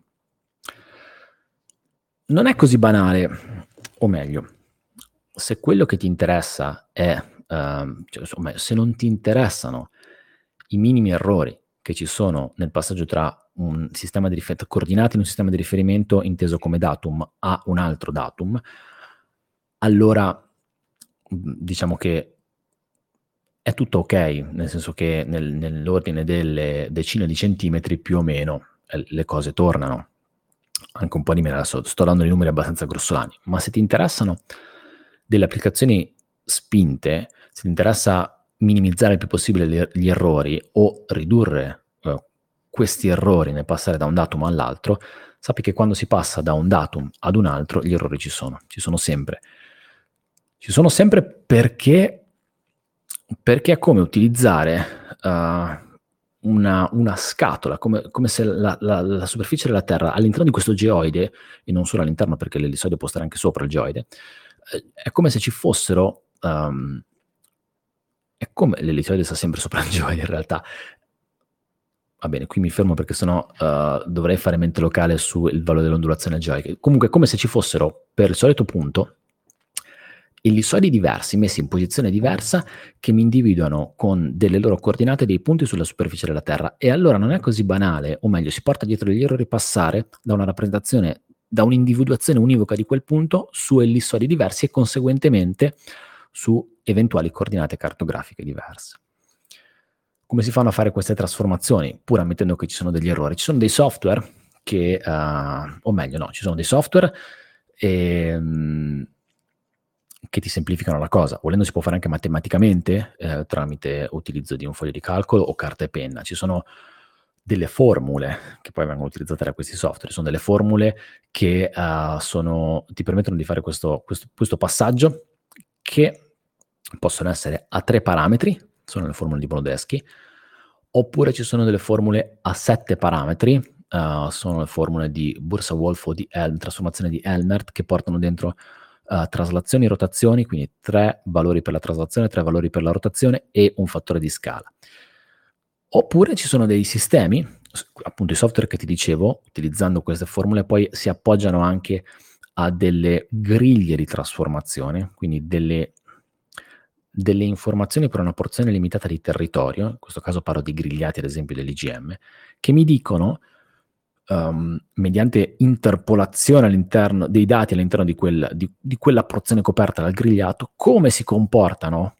Speaker 1: Non è così banale, o meglio, se quello che ti interessa è, se non ti interessano i minimi errori che ci sono nel passaggio tra un sistema di riferimento, coordinate in un sistema di riferimento inteso come datum a un altro datum, allora diciamo che è tutto ok, nel senso che nell'ordine delle decine di centimetri più o meno le cose tornano, anche un po' di meno, adesso sto dando dei numeri abbastanza grossolani, ma se ti interessano delle applicazioni spinte, se ti interessa minimizzare il più possibile gli errori o ridurre questi errori nel passare da un datum all'altro, sappi che quando si passa da un datum ad un altro gli errori ci sono sempre. Ci sono sempre perché è come utilizzare una scatola, come se la superficie della Terra all'interno di questo geoide, e non solo all'interno perché l'ellissoide può stare anche sopra il geoide, è come se ci fossero, è come l'ellissoide sta sempre sopra il geoide in realtà. Va bene, qui mi fermo perché sennò dovrei fare mente locale sul valore dell'ondulazione geoide. Comunque è come se ci fossero per il solito punto ellissoidi diversi, messi in posizione diversa, che mi individuano con delle loro coordinate dei punti sulla superficie della Terra. E allora non è così banale, o meglio, si porta dietro degli errori passare da una rappresentazione, da un'individuazione univoca di quel punto su ellissoidi diversi e conseguentemente su eventuali coordinate cartografiche diverse. Come si fanno a fare queste trasformazioni? Pur ammettendo che ci sono degli errori. Ci sono dei software che, o meglio no, ci sono dei software che ti semplificano la cosa. Volendo si può fare anche matematicamente tramite utilizzo di un foglio di calcolo o carta e penna. Ci sono delle formule che poi vengono utilizzate da questi software, sono delle formule che ti permettono di fare questo passaggio, che possono essere a 3 parametri, sono le formule di Brodeschi, oppure ci sono delle formule a 7 parametri, sono le formule di Bursa-Wolf o di trasformazione di Helmert, che portano dentro traslazioni e rotazioni, quindi 3 valori per la traslazione, 3 valori per la rotazione e un fattore di scala. Oppure ci sono dei sistemi, appunto i software che ti dicevo, utilizzando queste formule poi si appoggiano anche a delle griglie di trasformazione, quindi delle informazioni per una porzione limitata di territorio, in questo caso parlo di grigliati ad esempio dell'IGM, che mi dicono mediante interpolazione all'interno dei dati all'interno di quella porzione coperta dal grigliato, come si comportano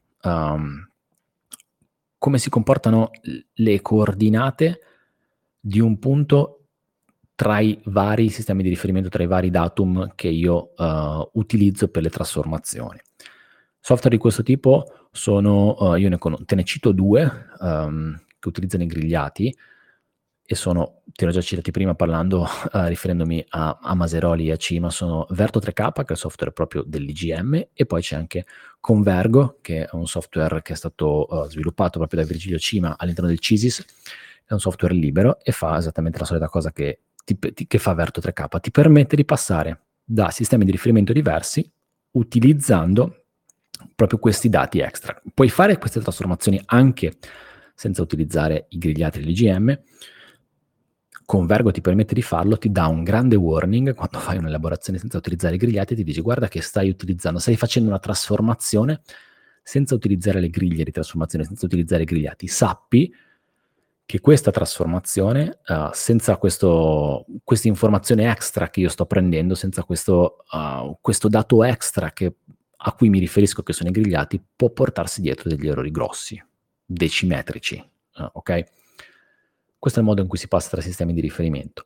Speaker 1: le coordinate di un punto tra i vari sistemi di riferimento, tra i vari datum che io utilizzo per le trasformazioni. Software di questo tipo sono, te ne cito 2 che utilizzano i grigliati, e te l'ho già citati prima parlando, riferendomi a Maseroli e a Cima, sono Verto3K, che è il software proprio dell'IGM, e poi c'è anche Convergo, che è un software che è stato sviluppato proprio da Virgilio Cima all'interno del CISIS, è un software libero e fa esattamente la solita cosa che fa Verto3K, ti permette di passare da sistemi di riferimento diversi utilizzando proprio questi dati extra. Puoi fare queste trasformazioni anche senza utilizzare i grigliati dell'IGM. Convergo ti permette di farlo, ti dà un grande warning quando fai un'elaborazione senza utilizzare i grigliati, ti dice guarda che stai facendo una trasformazione senza utilizzare le griglie di trasformazione, senza utilizzare i grigliati. Sappi che questa trasformazione, senza questa informazione extra che io sto prendendo, senza questo dato extra a cui mi riferisco che sono i grigliati, può portarsi dietro degli errori grossi, decimetrici, ok? Questo è il modo in cui si passa tra sistemi di riferimento.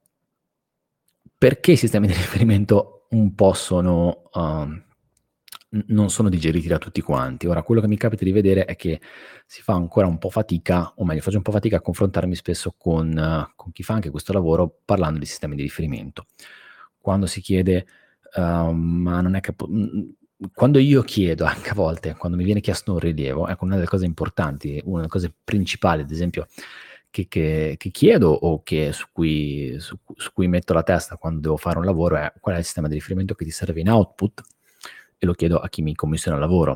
Speaker 1: Perché i sistemi di riferimento un po' sono non sono digeriti da tutti quanti. Ora, quello che mi capita di vedere è che si fa ancora un po' fatica, o meglio, faccio un po' fatica a confrontarmi spesso con chi fa anche questo lavoro parlando di sistemi di riferimento. Quando si chiede, ma non è che quando io chiedo anche a volte, quando mi viene chiesto un rilievo, ecco, una delle cose importanti, una delle cose principali, ad esempio, che chiedo o che su cui metto la testa quando devo fare un lavoro è: qual è il sistema di riferimento che ti serve in output? E lo chiedo a chi mi commissiona il lavoro.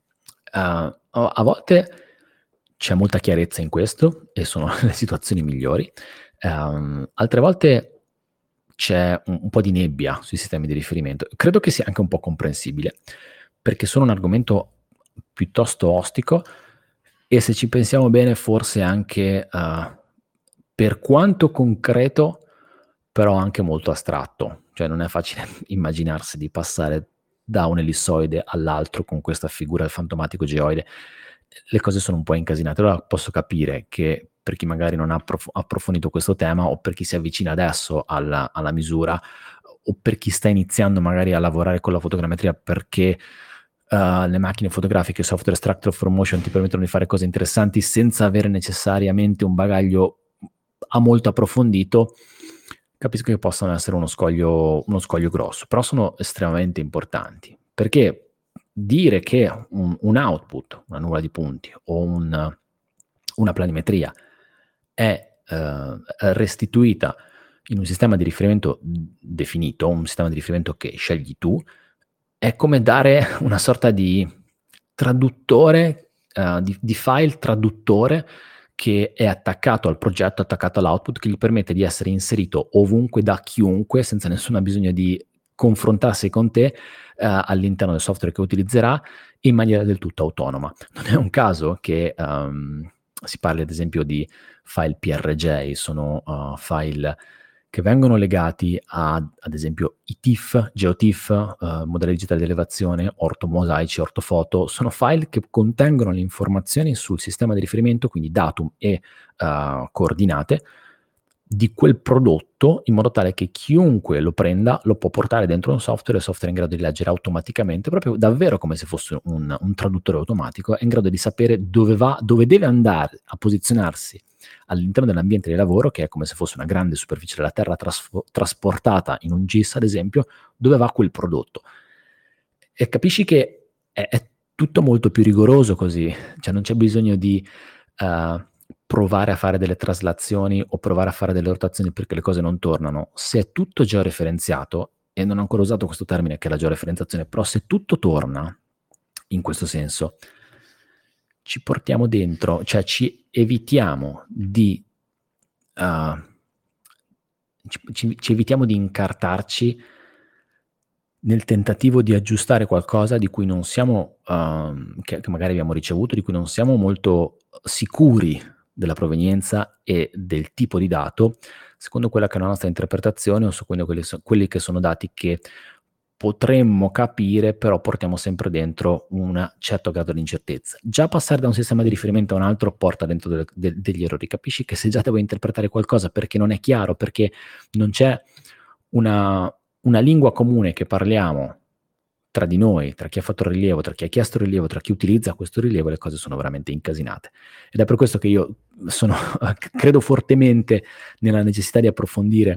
Speaker 1: A volte c'è molta chiarezza in questo e sono le situazioni migliori. Altre volte c'è un po' di nebbia sui sistemi di riferimento. Credo che sia anche un po' comprensibile, perché sono un argomento piuttosto ostico e, se ci pensiamo bene, forse anche, per quanto concreto, però anche molto astratto. Cioè non è facile immaginarsi di passare da un ellissoide all'altro con questa figura del fantomatico geoide. Le cose sono un po' incasinate. Allora posso capire che per chi magari non ha approfondito questo tema, o per chi si avvicina adesso alla misura, o per chi sta iniziando magari a lavorare con la fotogrammetria perché le macchine fotografiche, il software extractor for motion ti permettono di fare cose interessanti senza avere necessariamente un bagaglio molto approfondito, capisco che possano essere uno scoglio grosso, però sono estremamente importanti, perché dire che un output, una nuvola di punti o una planimetria è restituita in un sistema di riferimento definito, un sistema di riferimento che scegli tu, è come dare una sorta di traduttore, di file traduttore che è attaccato al progetto, attaccato all'output, che gli permette di essere inserito ovunque da chiunque, senza nessun bisogno di confrontarsi con te, all'interno del software che utilizzerà, in maniera del tutto autonoma. Non è un caso che si parli ad esempio di file PRJ, sono file che vengono legati ad esempio i TIFF, GeoTIFF, modelli digitali di elevazione, ortomosaici, ortofoto. Sono file che contengono le informazioni sul sistema di riferimento, quindi datum e coordinate di quel prodotto, in modo tale che chiunque lo prenda lo può portare dentro un software, e il software è in grado di leggere automaticamente, proprio davvero come se fosse un traduttore automatico, è in grado di sapere dove deve andare a posizionarsi all'interno dell'ambiente di lavoro, che è come se fosse una grande superficie della Terra trasportata in un GIS, ad esempio, dove va quel prodotto. E capisci che è tutto molto più rigoroso così, cioè non c'è bisogno di provare a fare delle traslazioni o provare a fare delle rotazioni perché le cose non tornano. Se è tutto georeferenziato, e non ho ancora usato questo termine che è la georeferenziazione, però se tutto torna in questo senso, ci portiamo dentro, cioè ci evitiamo di ci evitiamo di incartarci nel tentativo di aggiustare qualcosa di cui non siamo, che magari abbiamo ricevuto, di cui non siamo molto sicuri della provenienza e del tipo di dato, secondo quella che è la nostra interpretazione, o secondo quelli che sono dati che potremmo capire, però portiamo sempre dentro un certo grado di incertezza. Già passare da un sistema di riferimento a un altro porta dentro degli errori. Capisci che se già devo interpretare qualcosa perché non è chiaro, perché non c'è una lingua comune che parliamo tra di noi, tra chi ha fatto il rilievo, tra chi ha chiesto il rilievo, tra chi utilizza questo rilievo, le cose sono veramente incasinate. Ed è per questo che io credo fortemente nella necessità di approfondire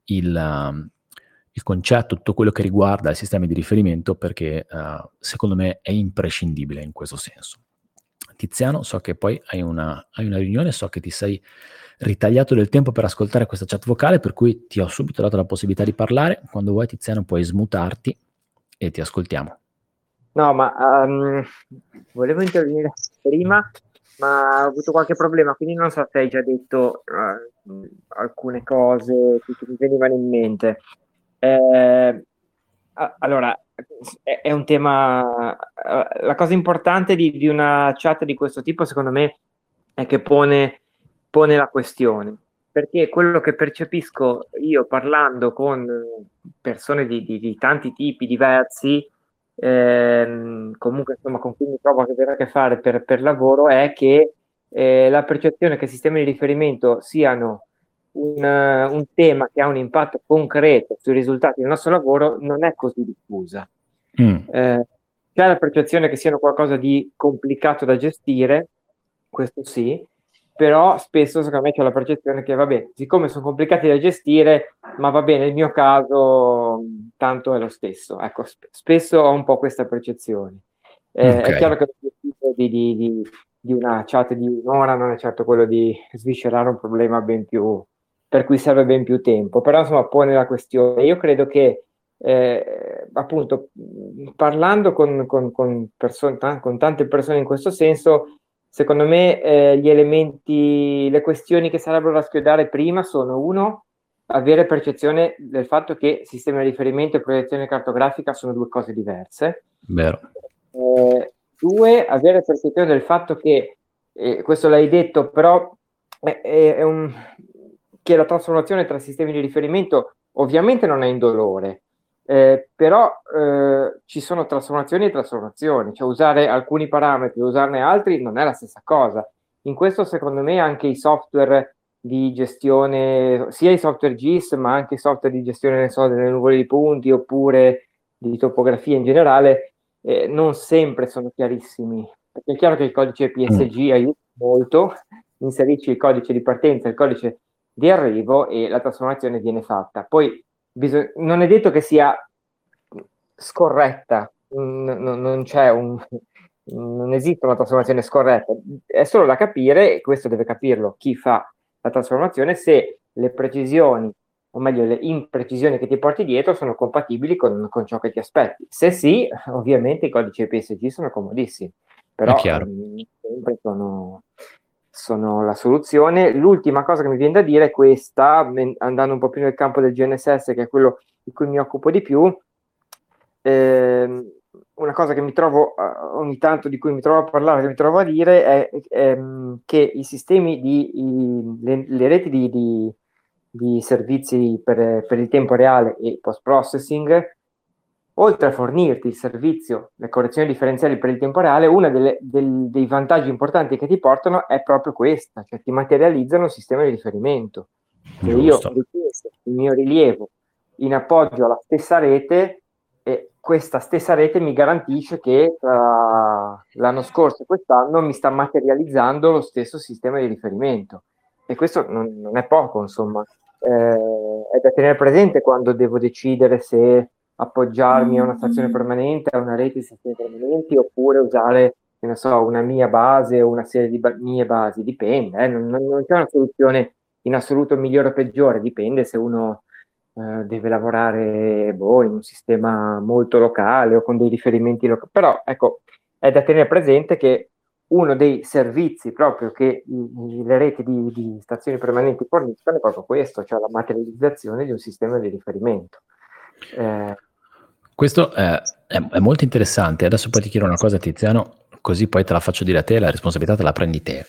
Speaker 1: il concetto, tutto quello che riguarda i sistemi di riferimento, perché secondo me è imprescindibile in questo senso. Tiziano, so che poi hai una riunione, so che ti sei ritagliato del tempo per ascoltare questa chat vocale, per cui ti ho subito dato la possibilità di parlare. Quando vuoi, Tiziano, puoi smutarti e ti ascoltiamo.
Speaker 2: No, ma volevo intervenire prima, ma ho avuto qualche problema, quindi non so se hai già detto alcune cose che mi venivano in mente. Allora, è un tema. La cosa importante di una chat di questo tipo, secondo me, è che pone la questione. Perché quello che percepisco io parlando con persone di tanti tipi diversi, comunque insomma con cui mi trovo a avere a che fare per lavoro, è che la percezione che i sistemi di riferimento siano un tema che ha un impatto concreto sui risultati del nostro lavoro non è così diffusa. c'è la percezione che siano qualcosa di complicato da gestire, questo sì, però spesso secondo me c'è la percezione che vabbè, siccome sono complicati da gestire, ma va bene, nel mio caso tanto è lo stesso. Ecco, spesso ho un po' questa percezione. È
Speaker 1: Ok.
Speaker 2: chiaro che l'obiettivo di una chat di un'ora non è certo quello di sviscerare un problema per cui serve ben più tempo, però insomma pone la questione. Io credo che appunto parlando con tante persone in questo senso, secondo me gli elementi, le questioni che sarebbero da schiodare prima sono: uno, avere percezione del fatto che sistema di riferimento e proiezione cartografica sono due cose diverse.
Speaker 1: Vero.
Speaker 2: Due, avere percezione del fatto che, questo l'hai detto, però che la trasformazione tra sistemi di riferimento ovviamente non è indolore, però ci sono trasformazioni e trasformazioni, cioè usare alcuni parametri e usarne altri non è la stessa cosa. In questo secondo me anche i software di gestione, sia i software GIS ma anche i software di gestione, ne so, delle nuvole di punti oppure di topografia in generale, non sempre sono chiarissimi, perché è chiaro che il codice PSG aiuta molto, inserisci il codice di partenza, il codice di arrivo e la trasformazione viene fatta. Poi non è detto che sia scorretta, non esiste una trasformazione scorretta, è solo da capire, e questo deve capirlo chi fa la trasformazione, se le precisioni, o meglio le imprecisioni che ti porti dietro sono compatibili con ciò che ti aspetti. Se sì, ovviamente i codici PSG sono comodissimi,
Speaker 1: È
Speaker 2: però
Speaker 1: chiaro.
Speaker 2: sempre sono la soluzione. L'ultima cosa che mi viene da dire è questa, andando un po' più nel campo del GNSS, che è quello di cui mi occupo di più. Una cosa che mi trovo ogni tanto, di cui mi trovo a parlare, che mi trovo a dire è che i sistemi le reti di servizi per il tempo reale e post-processing, oltre a fornirti il servizio, le correzioni differenziali per il tempo reale, uno dei vantaggi importanti che ti portano è proprio questa, cioè ti materializzano un sistema di riferimento. Se io
Speaker 1: Giusto.
Speaker 2: richiesto il mio rilievo in appoggio alla stessa rete, e questa stessa rete mi garantisce che tra l'anno scorso e quest'anno mi sta materializzando lo stesso sistema di riferimento. E questo non è poco, insomma. È da tenere presente quando devo decidere se appoggiarmi a una stazione permanente, a una rete di stazioni permanenti, oppure usare, che ne so, una mia base o una serie di mie basi. Dipende, non c'è una soluzione in assoluto migliore o peggiore, dipende se uno deve lavorare in un sistema molto locale o con dei riferimenti locali. Però ecco, è da tenere presente che uno dei servizi proprio che le reti di stazioni permanenti forniscono è proprio questo, cioè la materializzazione di un sistema di riferimento.
Speaker 1: Questo è molto interessante. Adesso poi ti chiedo una cosa, Tiziano, così poi te la faccio dire a te, la responsabilità te la prendi te.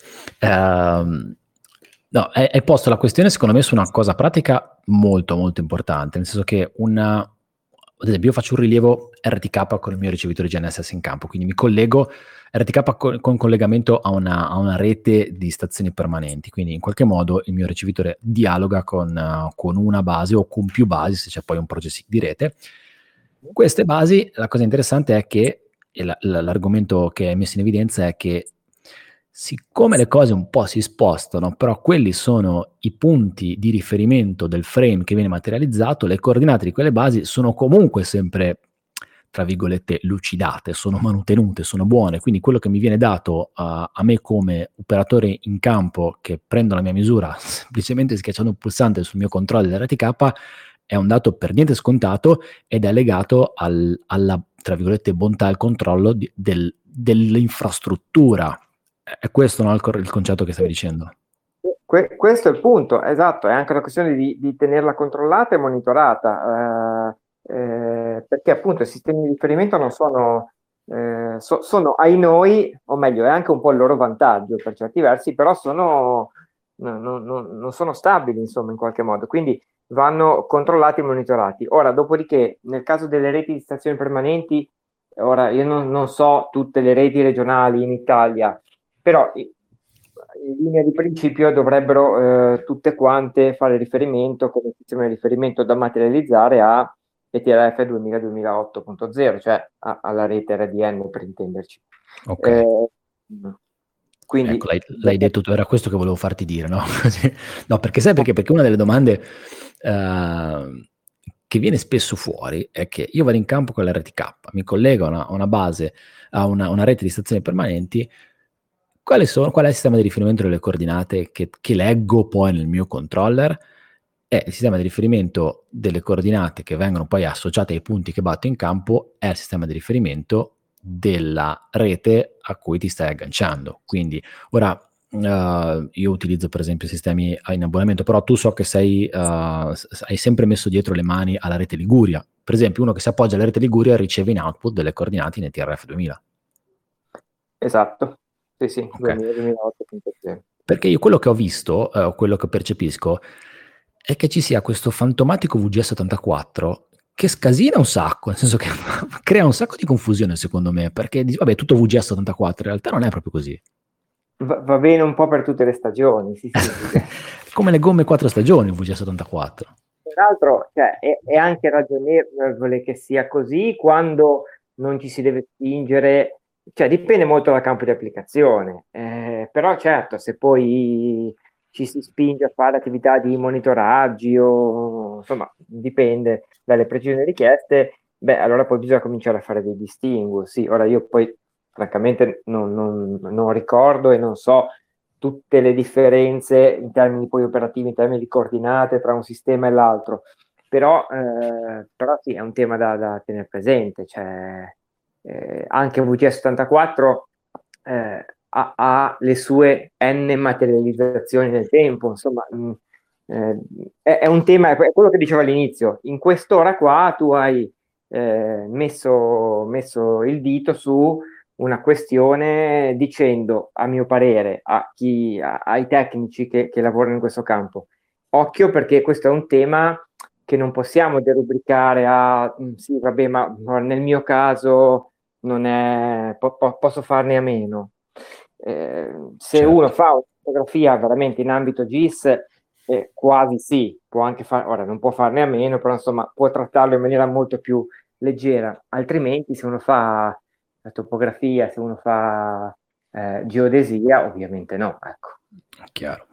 Speaker 1: No, hai posto la questione secondo me su una cosa pratica molto molto importante, nel senso che ad esempio io faccio un rilievo RTK con il mio ricevitore GNSS in campo, quindi mi collego RTK con collegamento a una rete di stazioni permanenti, quindi in qualche modo il mio ricevitore dialoga con una base o con più basi, se c'è poi un processing di rete. Queste basi, la cosa interessante è che, e l'argomento che hai messo in evidenza è che siccome le cose un po' si spostano, però quelli sono i punti di riferimento del frame che viene materializzato, le coordinate di quelle basi sono comunque sempre, tra virgolette, lucidate, sono mantenute, sono buone, quindi quello che mi viene dato a me come operatore in campo che prendo la mia misura semplicemente schiacciando un pulsante sul mio controller dell'RTK è un dato per niente scontato ed è legato alla, tra virgolette, bontà e al controllo dell'infrastruttura. È questo, no, il concetto che stavi dicendo?
Speaker 2: Questo è il punto, esatto, è anche una questione di tenerla controllata e monitorata, perché appunto i sistemi di riferimento non sono ai noi, o meglio, è anche un po' il loro vantaggio per certi versi, però non sono stabili, insomma, in qualche modo, quindi vanno controllati e monitorati. Ora, dopodiché, nel caso delle reti di stazioni permanenti, ora io non so tutte le reti regionali in Italia, però in linea di principio dovrebbero tutte quante fare riferimento come sistema di riferimento da materializzare a ETRF 2000-2008.0, cioè alla rete RDN per intenderci.
Speaker 1: Ok.
Speaker 2: Quindi
Speaker 1: ecco, l'hai detto tu, era questo che volevo farti dire, no? No, perché sai perché? Perché una delle domande che viene spesso fuori è che io vado in campo con l'RTK, mi collego a una base, a una rete di stazioni permanenti. Qual è il sistema di riferimento delle coordinate che leggo poi nel mio controller? È il sistema di riferimento delle coordinate che vengono poi associate ai punti che batto in campo, è il sistema di riferimento della rete a cui ti stai agganciando. Quindi ora io utilizzo per esempio sistemi in abbonamento, però tu so che hai sempre messo dietro le mani alla rete Liguria. Per esempio, uno che si appoggia alla rete Liguria riceve in output delle coordinate in ETRF 2000.
Speaker 2: Esatto, sì,
Speaker 1: Okay.
Speaker 2: 2000-2008.0.
Speaker 1: Perché io quello che ho visto, quello che percepisco, è che ci sia questo fantomatico VGA74 che scasina un sacco, nel senso che crea un sacco di confusione secondo me, perché dici, vabbè, tutto VGA74, in realtà non è proprio così.
Speaker 2: Va bene un po' per tutte le stagioni, sì.
Speaker 1: Come le gomme 4 stagioni il VGA74.
Speaker 2: Peraltro, cioè, è anche ragionevole che sia così quando non ci si deve spingere, cioè dipende molto dal campo di applicazione, però certo, se poi ci si spinge a fare attività di monitoraggio, o insomma, dipende dalle precise richieste, beh, allora poi bisogna cominciare a fare dei distinguo, sì, ora io poi francamente non ricordo e non so tutte le differenze in termini poi operativi, in termini di coordinate tra un sistema e l'altro, però sì, è un tema da tenere presente, cioè, anche VGS74 ha le sue n materializzazioni nel tempo, insomma, è un tema, è quello che dicevo all'inizio, in quest'ora qua tu hai messo il dito su una questione dicendo, a mio parere, ai tecnici che lavorano in questo campo, occhio perché questo è un tema che non possiamo derubricare a sì, vabbè, ma nel mio caso non è, posso farne a meno. Se
Speaker 1: Certo.
Speaker 2: uno fa una fotografia veramente in ambito GIS, quasi sì, può anche fare, ora non può farne a meno, però insomma può trattarlo in maniera molto più leggera, altrimenti se uno fa la topografia, se uno fa geodesia, ovviamente no, ecco.
Speaker 1: Chiaro.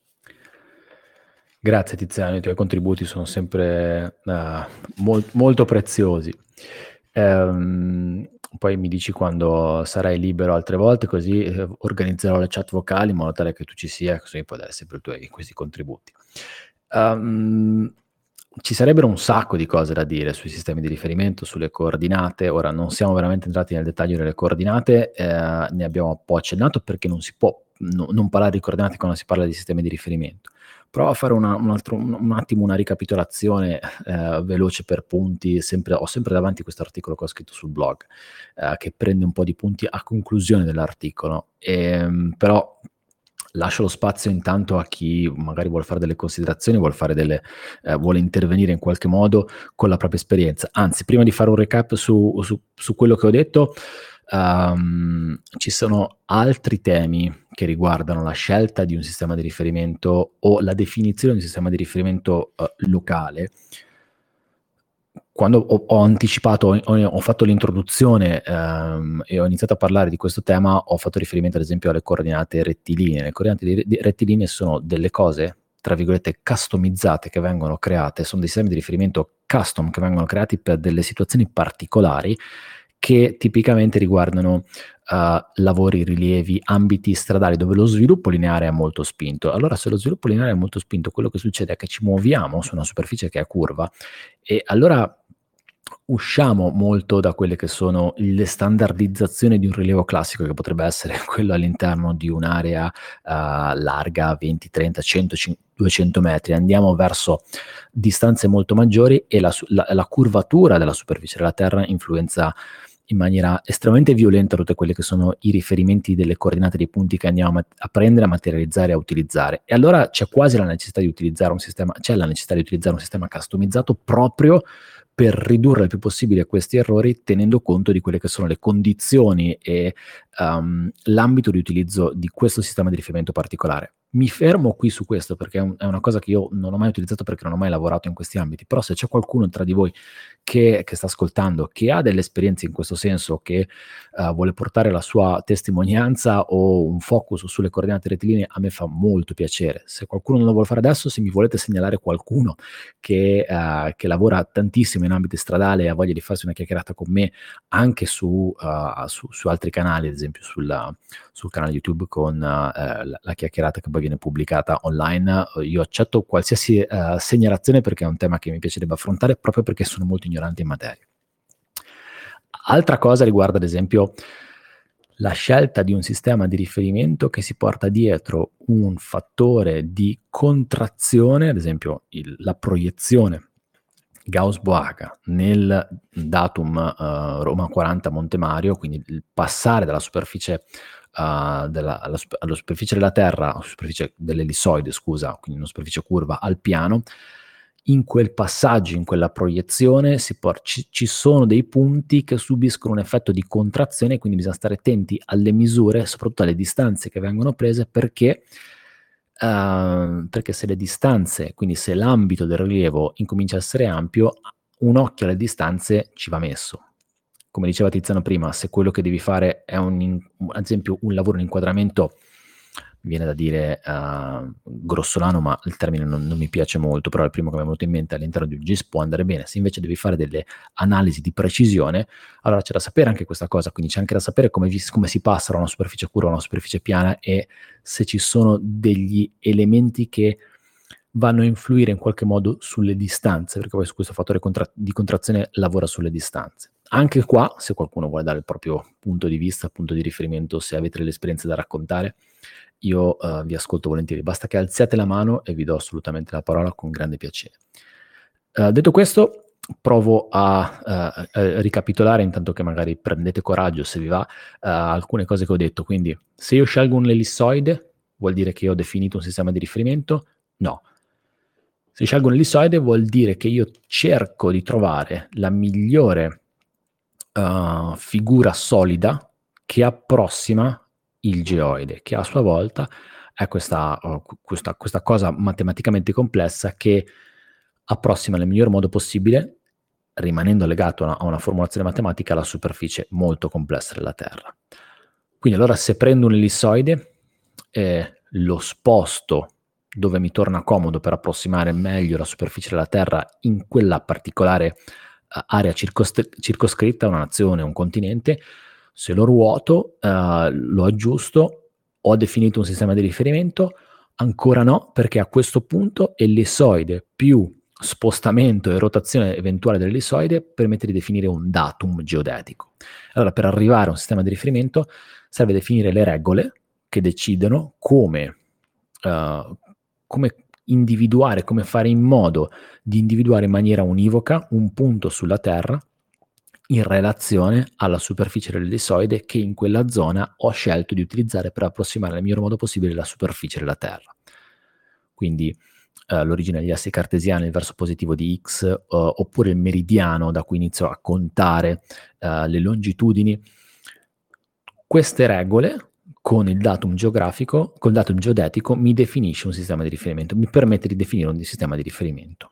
Speaker 1: Grazie Tiziano, i tuoi contributi sono sempre molto preziosi. Poi mi dici quando sarai libero altre volte, così organizzerò le chat vocali in modo tale che tu ci sia, così puoi dare sempre questi contributi. Ci sarebbero un sacco di cose da dire sui sistemi di riferimento, sulle coordinate. Ora non siamo veramente entrati nel dettaglio delle coordinate, ne abbiamo un po' accennato perché non si può non parlare di coordinate quando si parla di sistemi di riferimento. Prova a fare un attimo una ricapitolazione veloce per punti. Ho sempre davanti questo articolo che ho scritto sul blog, che prende un po' di punti a conclusione dell'articolo, però lascio lo spazio intanto a chi magari vuole fare delle considerazioni, vuole intervenire in qualche modo con la propria esperienza. Anzi, prima di fare un recap su quello che ho detto, ci sono altri temi che riguardano la scelta di un sistema di riferimento o la definizione di un sistema di riferimento locale. Quando ho anticipato, ho fatto l'introduzione e ho iniziato a parlare di questo tema, ho fatto riferimento ad esempio alle coordinate rettilinee. Le coordinate rettilinee sono delle cose, tra virgolette, customizzate che vengono create, sono dei sistemi di riferimento custom che vengono creati per delle situazioni particolari che tipicamente riguardano lavori, rilievi, ambiti stradali dove lo sviluppo lineare è molto spinto. Allora, se lo sviluppo lineare è molto spinto, quello che succede è che ci muoviamo su una superficie che è curva e allora usciamo molto da quelle che sono le standardizzazioni di un rilievo classico, che potrebbe essere quello all'interno di un'area larga 20, 30, 100, 200 metri. Andiamo verso distanze molto maggiori e la curvatura della superficie della Terra influenza in maniera estremamente violenta tutte quelle che sono i riferimenti delle coordinate dei punti che andiamo a prendere, a materializzare e a utilizzare. E allora c'è quasi la necessità di utilizzare un sistema customizzato proprio per ridurre il più possibile questi errori, tenendo conto di quelle che sono le condizioni e l'ambito di utilizzo di questo sistema di riferimento particolare. Mi fermo qui su questo perché è una cosa che io non ho mai utilizzato perché non ho mai lavorato in questi ambiti, però se c'è qualcuno tra di voi che sta ascoltando, che ha delle esperienze in questo senso, che vuole portare la sua testimonianza o un focus sulle coordinate rettilinee, a me fa molto piacere. Se qualcuno non lo vuole fare adesso, se mi volete segnalare qualcuno che lavora tantissimo in ambito stradale e ha voglia di farsi una chiacchierata con me anche su altri canali, ad esempio sul canale YouTube con la chiacchierata che poi viene pubblicata online, io accetto qualsiasi segnalazione perché è un tema che mi piacerebbe affrontare proprio perché sono molto ignorante in materia. Altra cosa riguarda ad esempio la scelta di un sistema di riferimento che si porta dietro un fattore di contrazione, ad esempio la proiezione Gauss-Boaga nel datum Roma 40 Monte Mario, quindi il passare dalla superficie alla superficie della Terra, alla superficie dell'ellissoide, scusa, quindi una superficie curva al piano. In quel passaggio, in quella proiezione, ci sono dei punti che subiscono un effetto di contrazione, quindi bisogna stare attenti alle misure, soprattutto alle distanze che vengono prese, perché se le distanze, quindi se l'ambito del rilievo incomincia a essere ampio, un occhio alle distanze ci va messo. Come diceva Tiziano prima, se quello che devi fare è ad esempio un lavoro in inquadramento, viene da dire grossolano, ma il termine non mi piace molto, però è il primo che mi è venuto in mente, all'interno di un GIS può andare bene. Se invece devi fare delle analisi di precisione, allora c'è da sapere anche questa cosa, quindi c'è anche da sapere come si passa da una superficie curva a una superficie piana e se ci sono degli elementi che vanno a influire in qualche modo sulle distanze, perché poi su questo fattore di contrazione lavora sulle distanze. Anche qua, se qualcuno vuole dare il proprio punto di vista, punto di riferimento, se avete delle esperienze da raccontare, io vi ascolto volentieri. Basta che alziate la mano e vi do assolutamente la parola con grande piacere. Detto questo, provo a ricapitolare, intanto che magari prendete coraggio, se vi va, alcune cose che ho detto. Quindi, se io scelgo un ellissoide, vuol dire che io ho definito un sistema di riferimento? No. Se scelgo un ellissoide vuol dire che io cerco di trovare la migliore figura solida che approssima il geoide, che a sua volta è questa cosa matematicamente complessa che approssima nel miglior modo possibile, rimanendo legato a una formulazione matematica, alla superficie molto complessa della Terra. Quindi allora se prendo un ellissoide lo sposto dove mi torna comodo per approssimare meglio la superficie della Terra in quella particolare area circoscritta, una nazione, un continente, se lo ruoto, lo aggiusto, ho definito un sistema di riferimento? Ancora no, perché a questo punto ellissoide più spostamento e rotazione eventuale dell'ellissoide permette di definire un datum geodetico. Allora, per arrivare a un sistema di riferimento serve definire le regole che decidono come individuare, come fare in modo di individuare in maniera univoca un punto sulla Terra in relazione alla superficie dell'ellissoide che in quella zona ho scelto di utilizzare per approssimare nel miglior modo possibile la superficie della Terra. Quindi l'origine degli assi cartesiani, il verso positivo di x, oppure il meridiano da cui inizio a contare le longitudini. Queste regole con il datum geografico, col datum geodetico, mi definisce un sistema di riferimento, mi permette di definire un sistema di riferimento.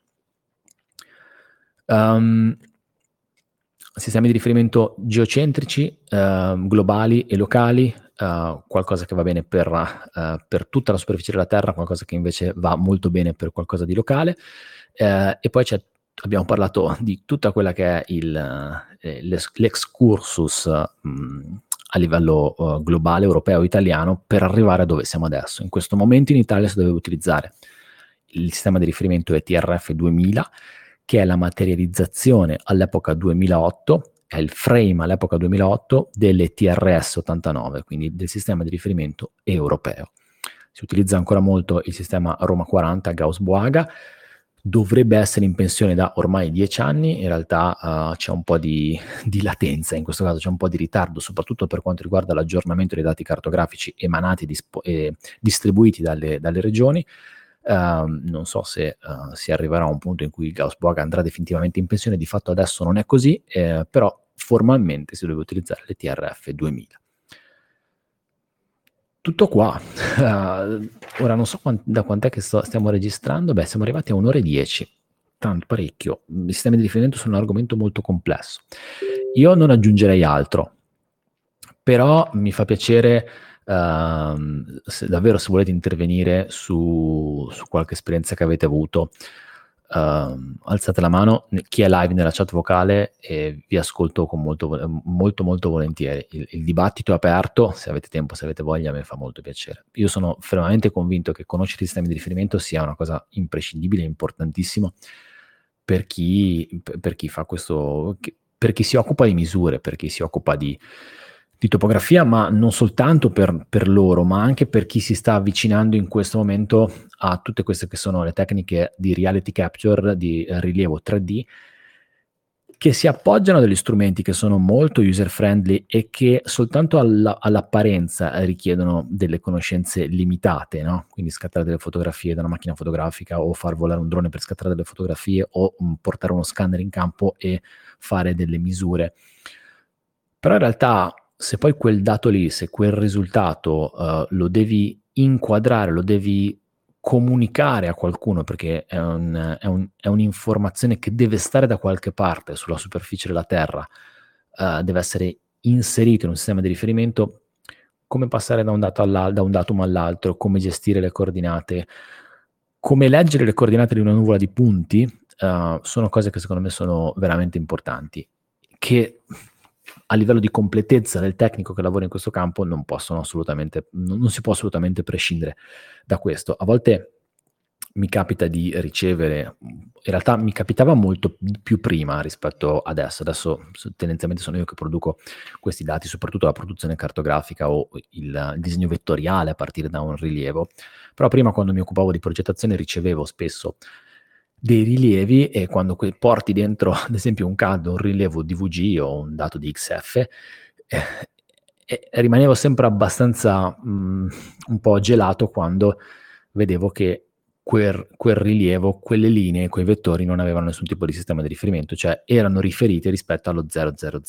Speaker 1: Sistemi di riferimento geocentrici, globali e locali, qualcosa che va bene per tutta la superficie della Terra, qualcosa che invece va molto bene per qualcosa di locale, e poi abbiamo parlato di tutta quella che è l'excursus a livello globale, europeo, italiano, per arrivare a dove siamo adesso. In questo momento in Italia si deve utilizzare il sistema di riferimento ETRF 2000, che è la materializzazione all'epoca 2008, è il frame all'epoca 2008 delle TRS 89, quindi del sistema di riferimento europeo. Si utilizza ancora molto il sistema Roma 40 Gauss-Boaga, dovrebbe essere in pensione da ormai 10 anni, in realtà c'è un po' di latenza, in questo caso c'è un po' di ritardo, soprattutto per quanto riguarda l'aggiornamento dei dati cartografici emanati e distribuiti dalle regioni. Non so se si arriverà a un punto in cui Gauss-Boaga andrà definitivamente in pensione, di fatto adesso non è così, però formalmente si deve utilizzare le TRF 2000. Tutto qua. Ora non so da quant'è che stiamo registrando. Beh, siamo arrivati a 1 ora e 10. Tanto parecchio. I sistemi di riferimento sono un argomento molto complesso. Io non aggiungerei altro, però mi fa piacere, davvero, se volete intervenire su qualche esperienza che avete avuto, alzate la mano, chi è live nella chat vocale, e vi ascolto con molto volentieri. Il dibattito è aperto, se avete tempo, se avete voglia, mi fa molto piacere. Io sono fermamente convinto che conoscere i sistemi di riferimento sia una cosa imprescindibile, importantissimo per chi fa questo, per chi si occupa di misure, per chi si occupa di topografia, ma non soltanto per loro, ma anche per chi si sta avvicinando in questo momento a tutte queste che sono le tecniche di reality capture, di rilievo 3D, che si appoggiano a degli strumenti che sono molto user friendly e che soltanto all'apparenza richiedono delle conoscenze limitate, no? Quindi scattare delle fotografie da una macchina fotografica, o far volare un drone per scattare delle fotografie, o portare uno scanner in campo e fare delle misure. Però in realtà, se poi quel dato lì, se quel risultato lo devi inquadrare, lo devi comunicare a qualcuno, perché è un'informazione che deve stare da qualche parte sulla superficie della Terra, deve essere inserito in un sistema di riferimento, come passare da un datum all'altro, come gestire le coordinate, come leggere le coordinate di una nuvola di punti, sono cose che secondo me sono veramente importanti, che a livello di completezza del tecnico che lavora in questo campo non si può assolutamente prescindere da questo. A volte mi capita di ricevere, in realtà mi capitava molto più prima rispetto adesso tendenzialmente sono io che produco questi dati, soprattutto la produzione cartografica o il disegno vettoriale a partire da un rilievo, però prima, quando mi occupavo di progettazione, ricevevo spesso dei rilievi, e quando porti dentro, ad esempio, un CAD, un rilievo DVG o un dato di XF, rimanevo sempre abbastanza un po' gelato quando vedevo che quel rilievo, quelle linee, quei vettori non avevano nessun tipo di sistema di riferimento, cioè erano riferiti rispetto allo 000,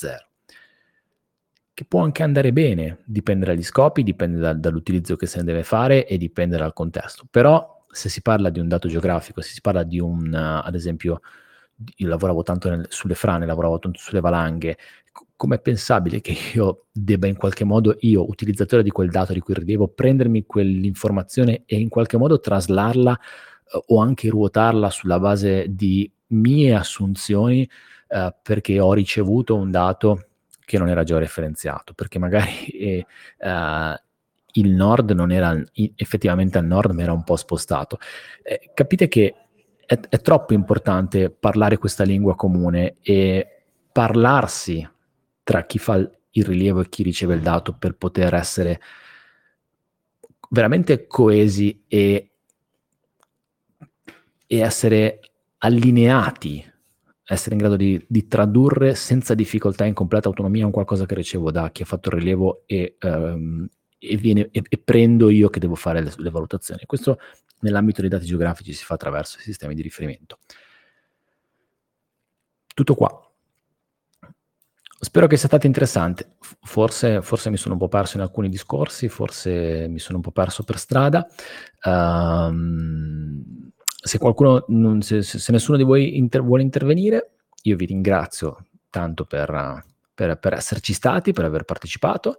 Speaker 1: che può anche andare bene, dipende dagli scopi, dipende dall'utilizzo che se ne deve fare e dipende dal contesto. Però se si parla di un dato geografico, se si parla di ad esempio, io lavoravo tanto sulle frane, lavoravo tanto sulle valanghe, com'è pensabile che io debba in qualche modo, io, utilizzatore di quel dato, di quel rilievo, prendermi quell'informazione e in qualche modo traslarla o anche ruotarla sulla base di mie assunzioni, perché ho ricevuto un dato che non era georeferenziato, perché magari il nord non era effettivamente al nord, ma era un po' spostato. Capite che è troppo importante parlare questa lingua comune e parlarsi tra chi fa il rilievo e chi riceve il dato, per poter essere veramente coesi e essere allineati, essere in grado di tradurre senza difficoltà, in completa autonomia, un qualcosa che ricevo da chi ha fatto il rilievo e prendo io che devo fare le valutazioni. Questo nell'ambito dei dati geografici si fa attraverso i sistemi di riferimento. Tutto qua. Spero che sia stato interessante. Forse mi sono un po' perso in alcuni discorsi, forse mi sono un po' perso per strada. Se qualcuno, se nessuno di voi vuole intervenire, io vi ringrazio tanto per esserci stati, per aver partecipato.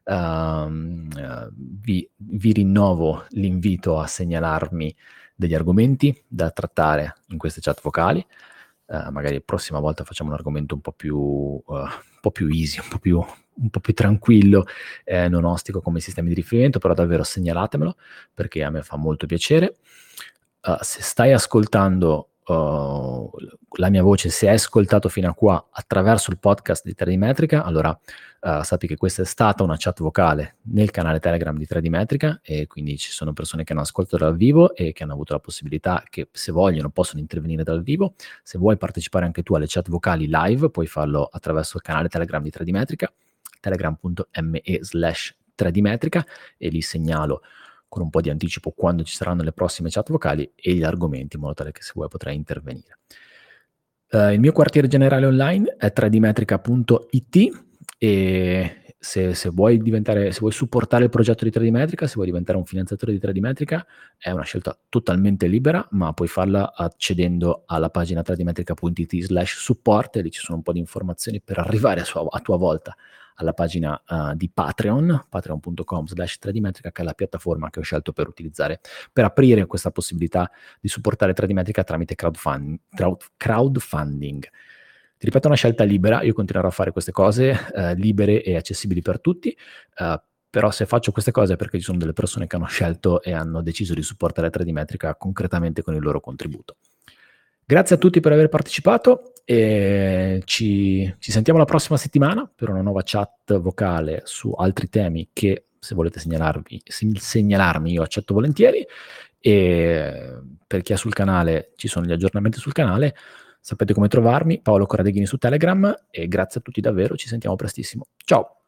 Speaker 1: Vi rinnovo l'invito a segnalarmi degli argomenti da trattare in queste chat vocali. Magari la prossima volta facciamo un argomento un po' più easy, un po' più tranquillo, non ostico come sistemi di riferimento, però davvero segnalatemelo, perché a me fa molto piacere. Se stai ascoltando la mia voce, se hai ascoltato fino a qua attraverso il podcast di 3D Metrica, allora sappi che questa è stata una chat vocale nel canale Telegram di 3D Metrica, e quindi ci sono persone che hanno ascoltato dal vivo e che hanno avuto la possibilità, che se vogliono possono intervenire dal vivo. Se vuoi partecipare anche tu alle chat vocali live, puoi farlo attraverso il canale Telegram di 3D Metrica, telegram.me/3D Metrica, e lì segnalo con un po' di anticipo quando ci saranno le prossime chat vocali e gli argomenti, in modo tale che se vuoi potrai intervenire. Il mio quartiere generale online è 3dmetrica.it, e se vuoi supportare il progetto di 3D Metrica, se vuoi diventare un finanziatore di 3D Metrica, è una scelta totalmente libera, ma puoi farla accedendo alla pagina 3dmetrica.it/support, e lì ci sono un po' di informazioni per arrivare a tua volta alla pagina di Patreon, patreon.com/3dmetrica, che è la piattaforma che ho scelto per utilizzare, per aprire questa possibilità di supportare 3D Metrica tramite crowdfunding. Ti ripeto, è una scelta libera, io continuerò a fare queste cose libere e accessibili per tutti, però se faccio queste cose è perché ci sono delle persone che hanno scelto e hanno deciso di supportare 3D Metrica concretamente con il loro contributo. Grazie a tutti per aver partecipato e ci sentiamo la prossima settimana per una nuova chat vocale su altri temi che, se volete segnalarmi, io accetto volentieri. E per chi è sul canale, ci sono gli aggiornamenti sul canale, sapete come trovarmi, Paolo Corradeghini su Telegram, e grazie a tutti davvero, ci sentiamo prestissimo. Ciao!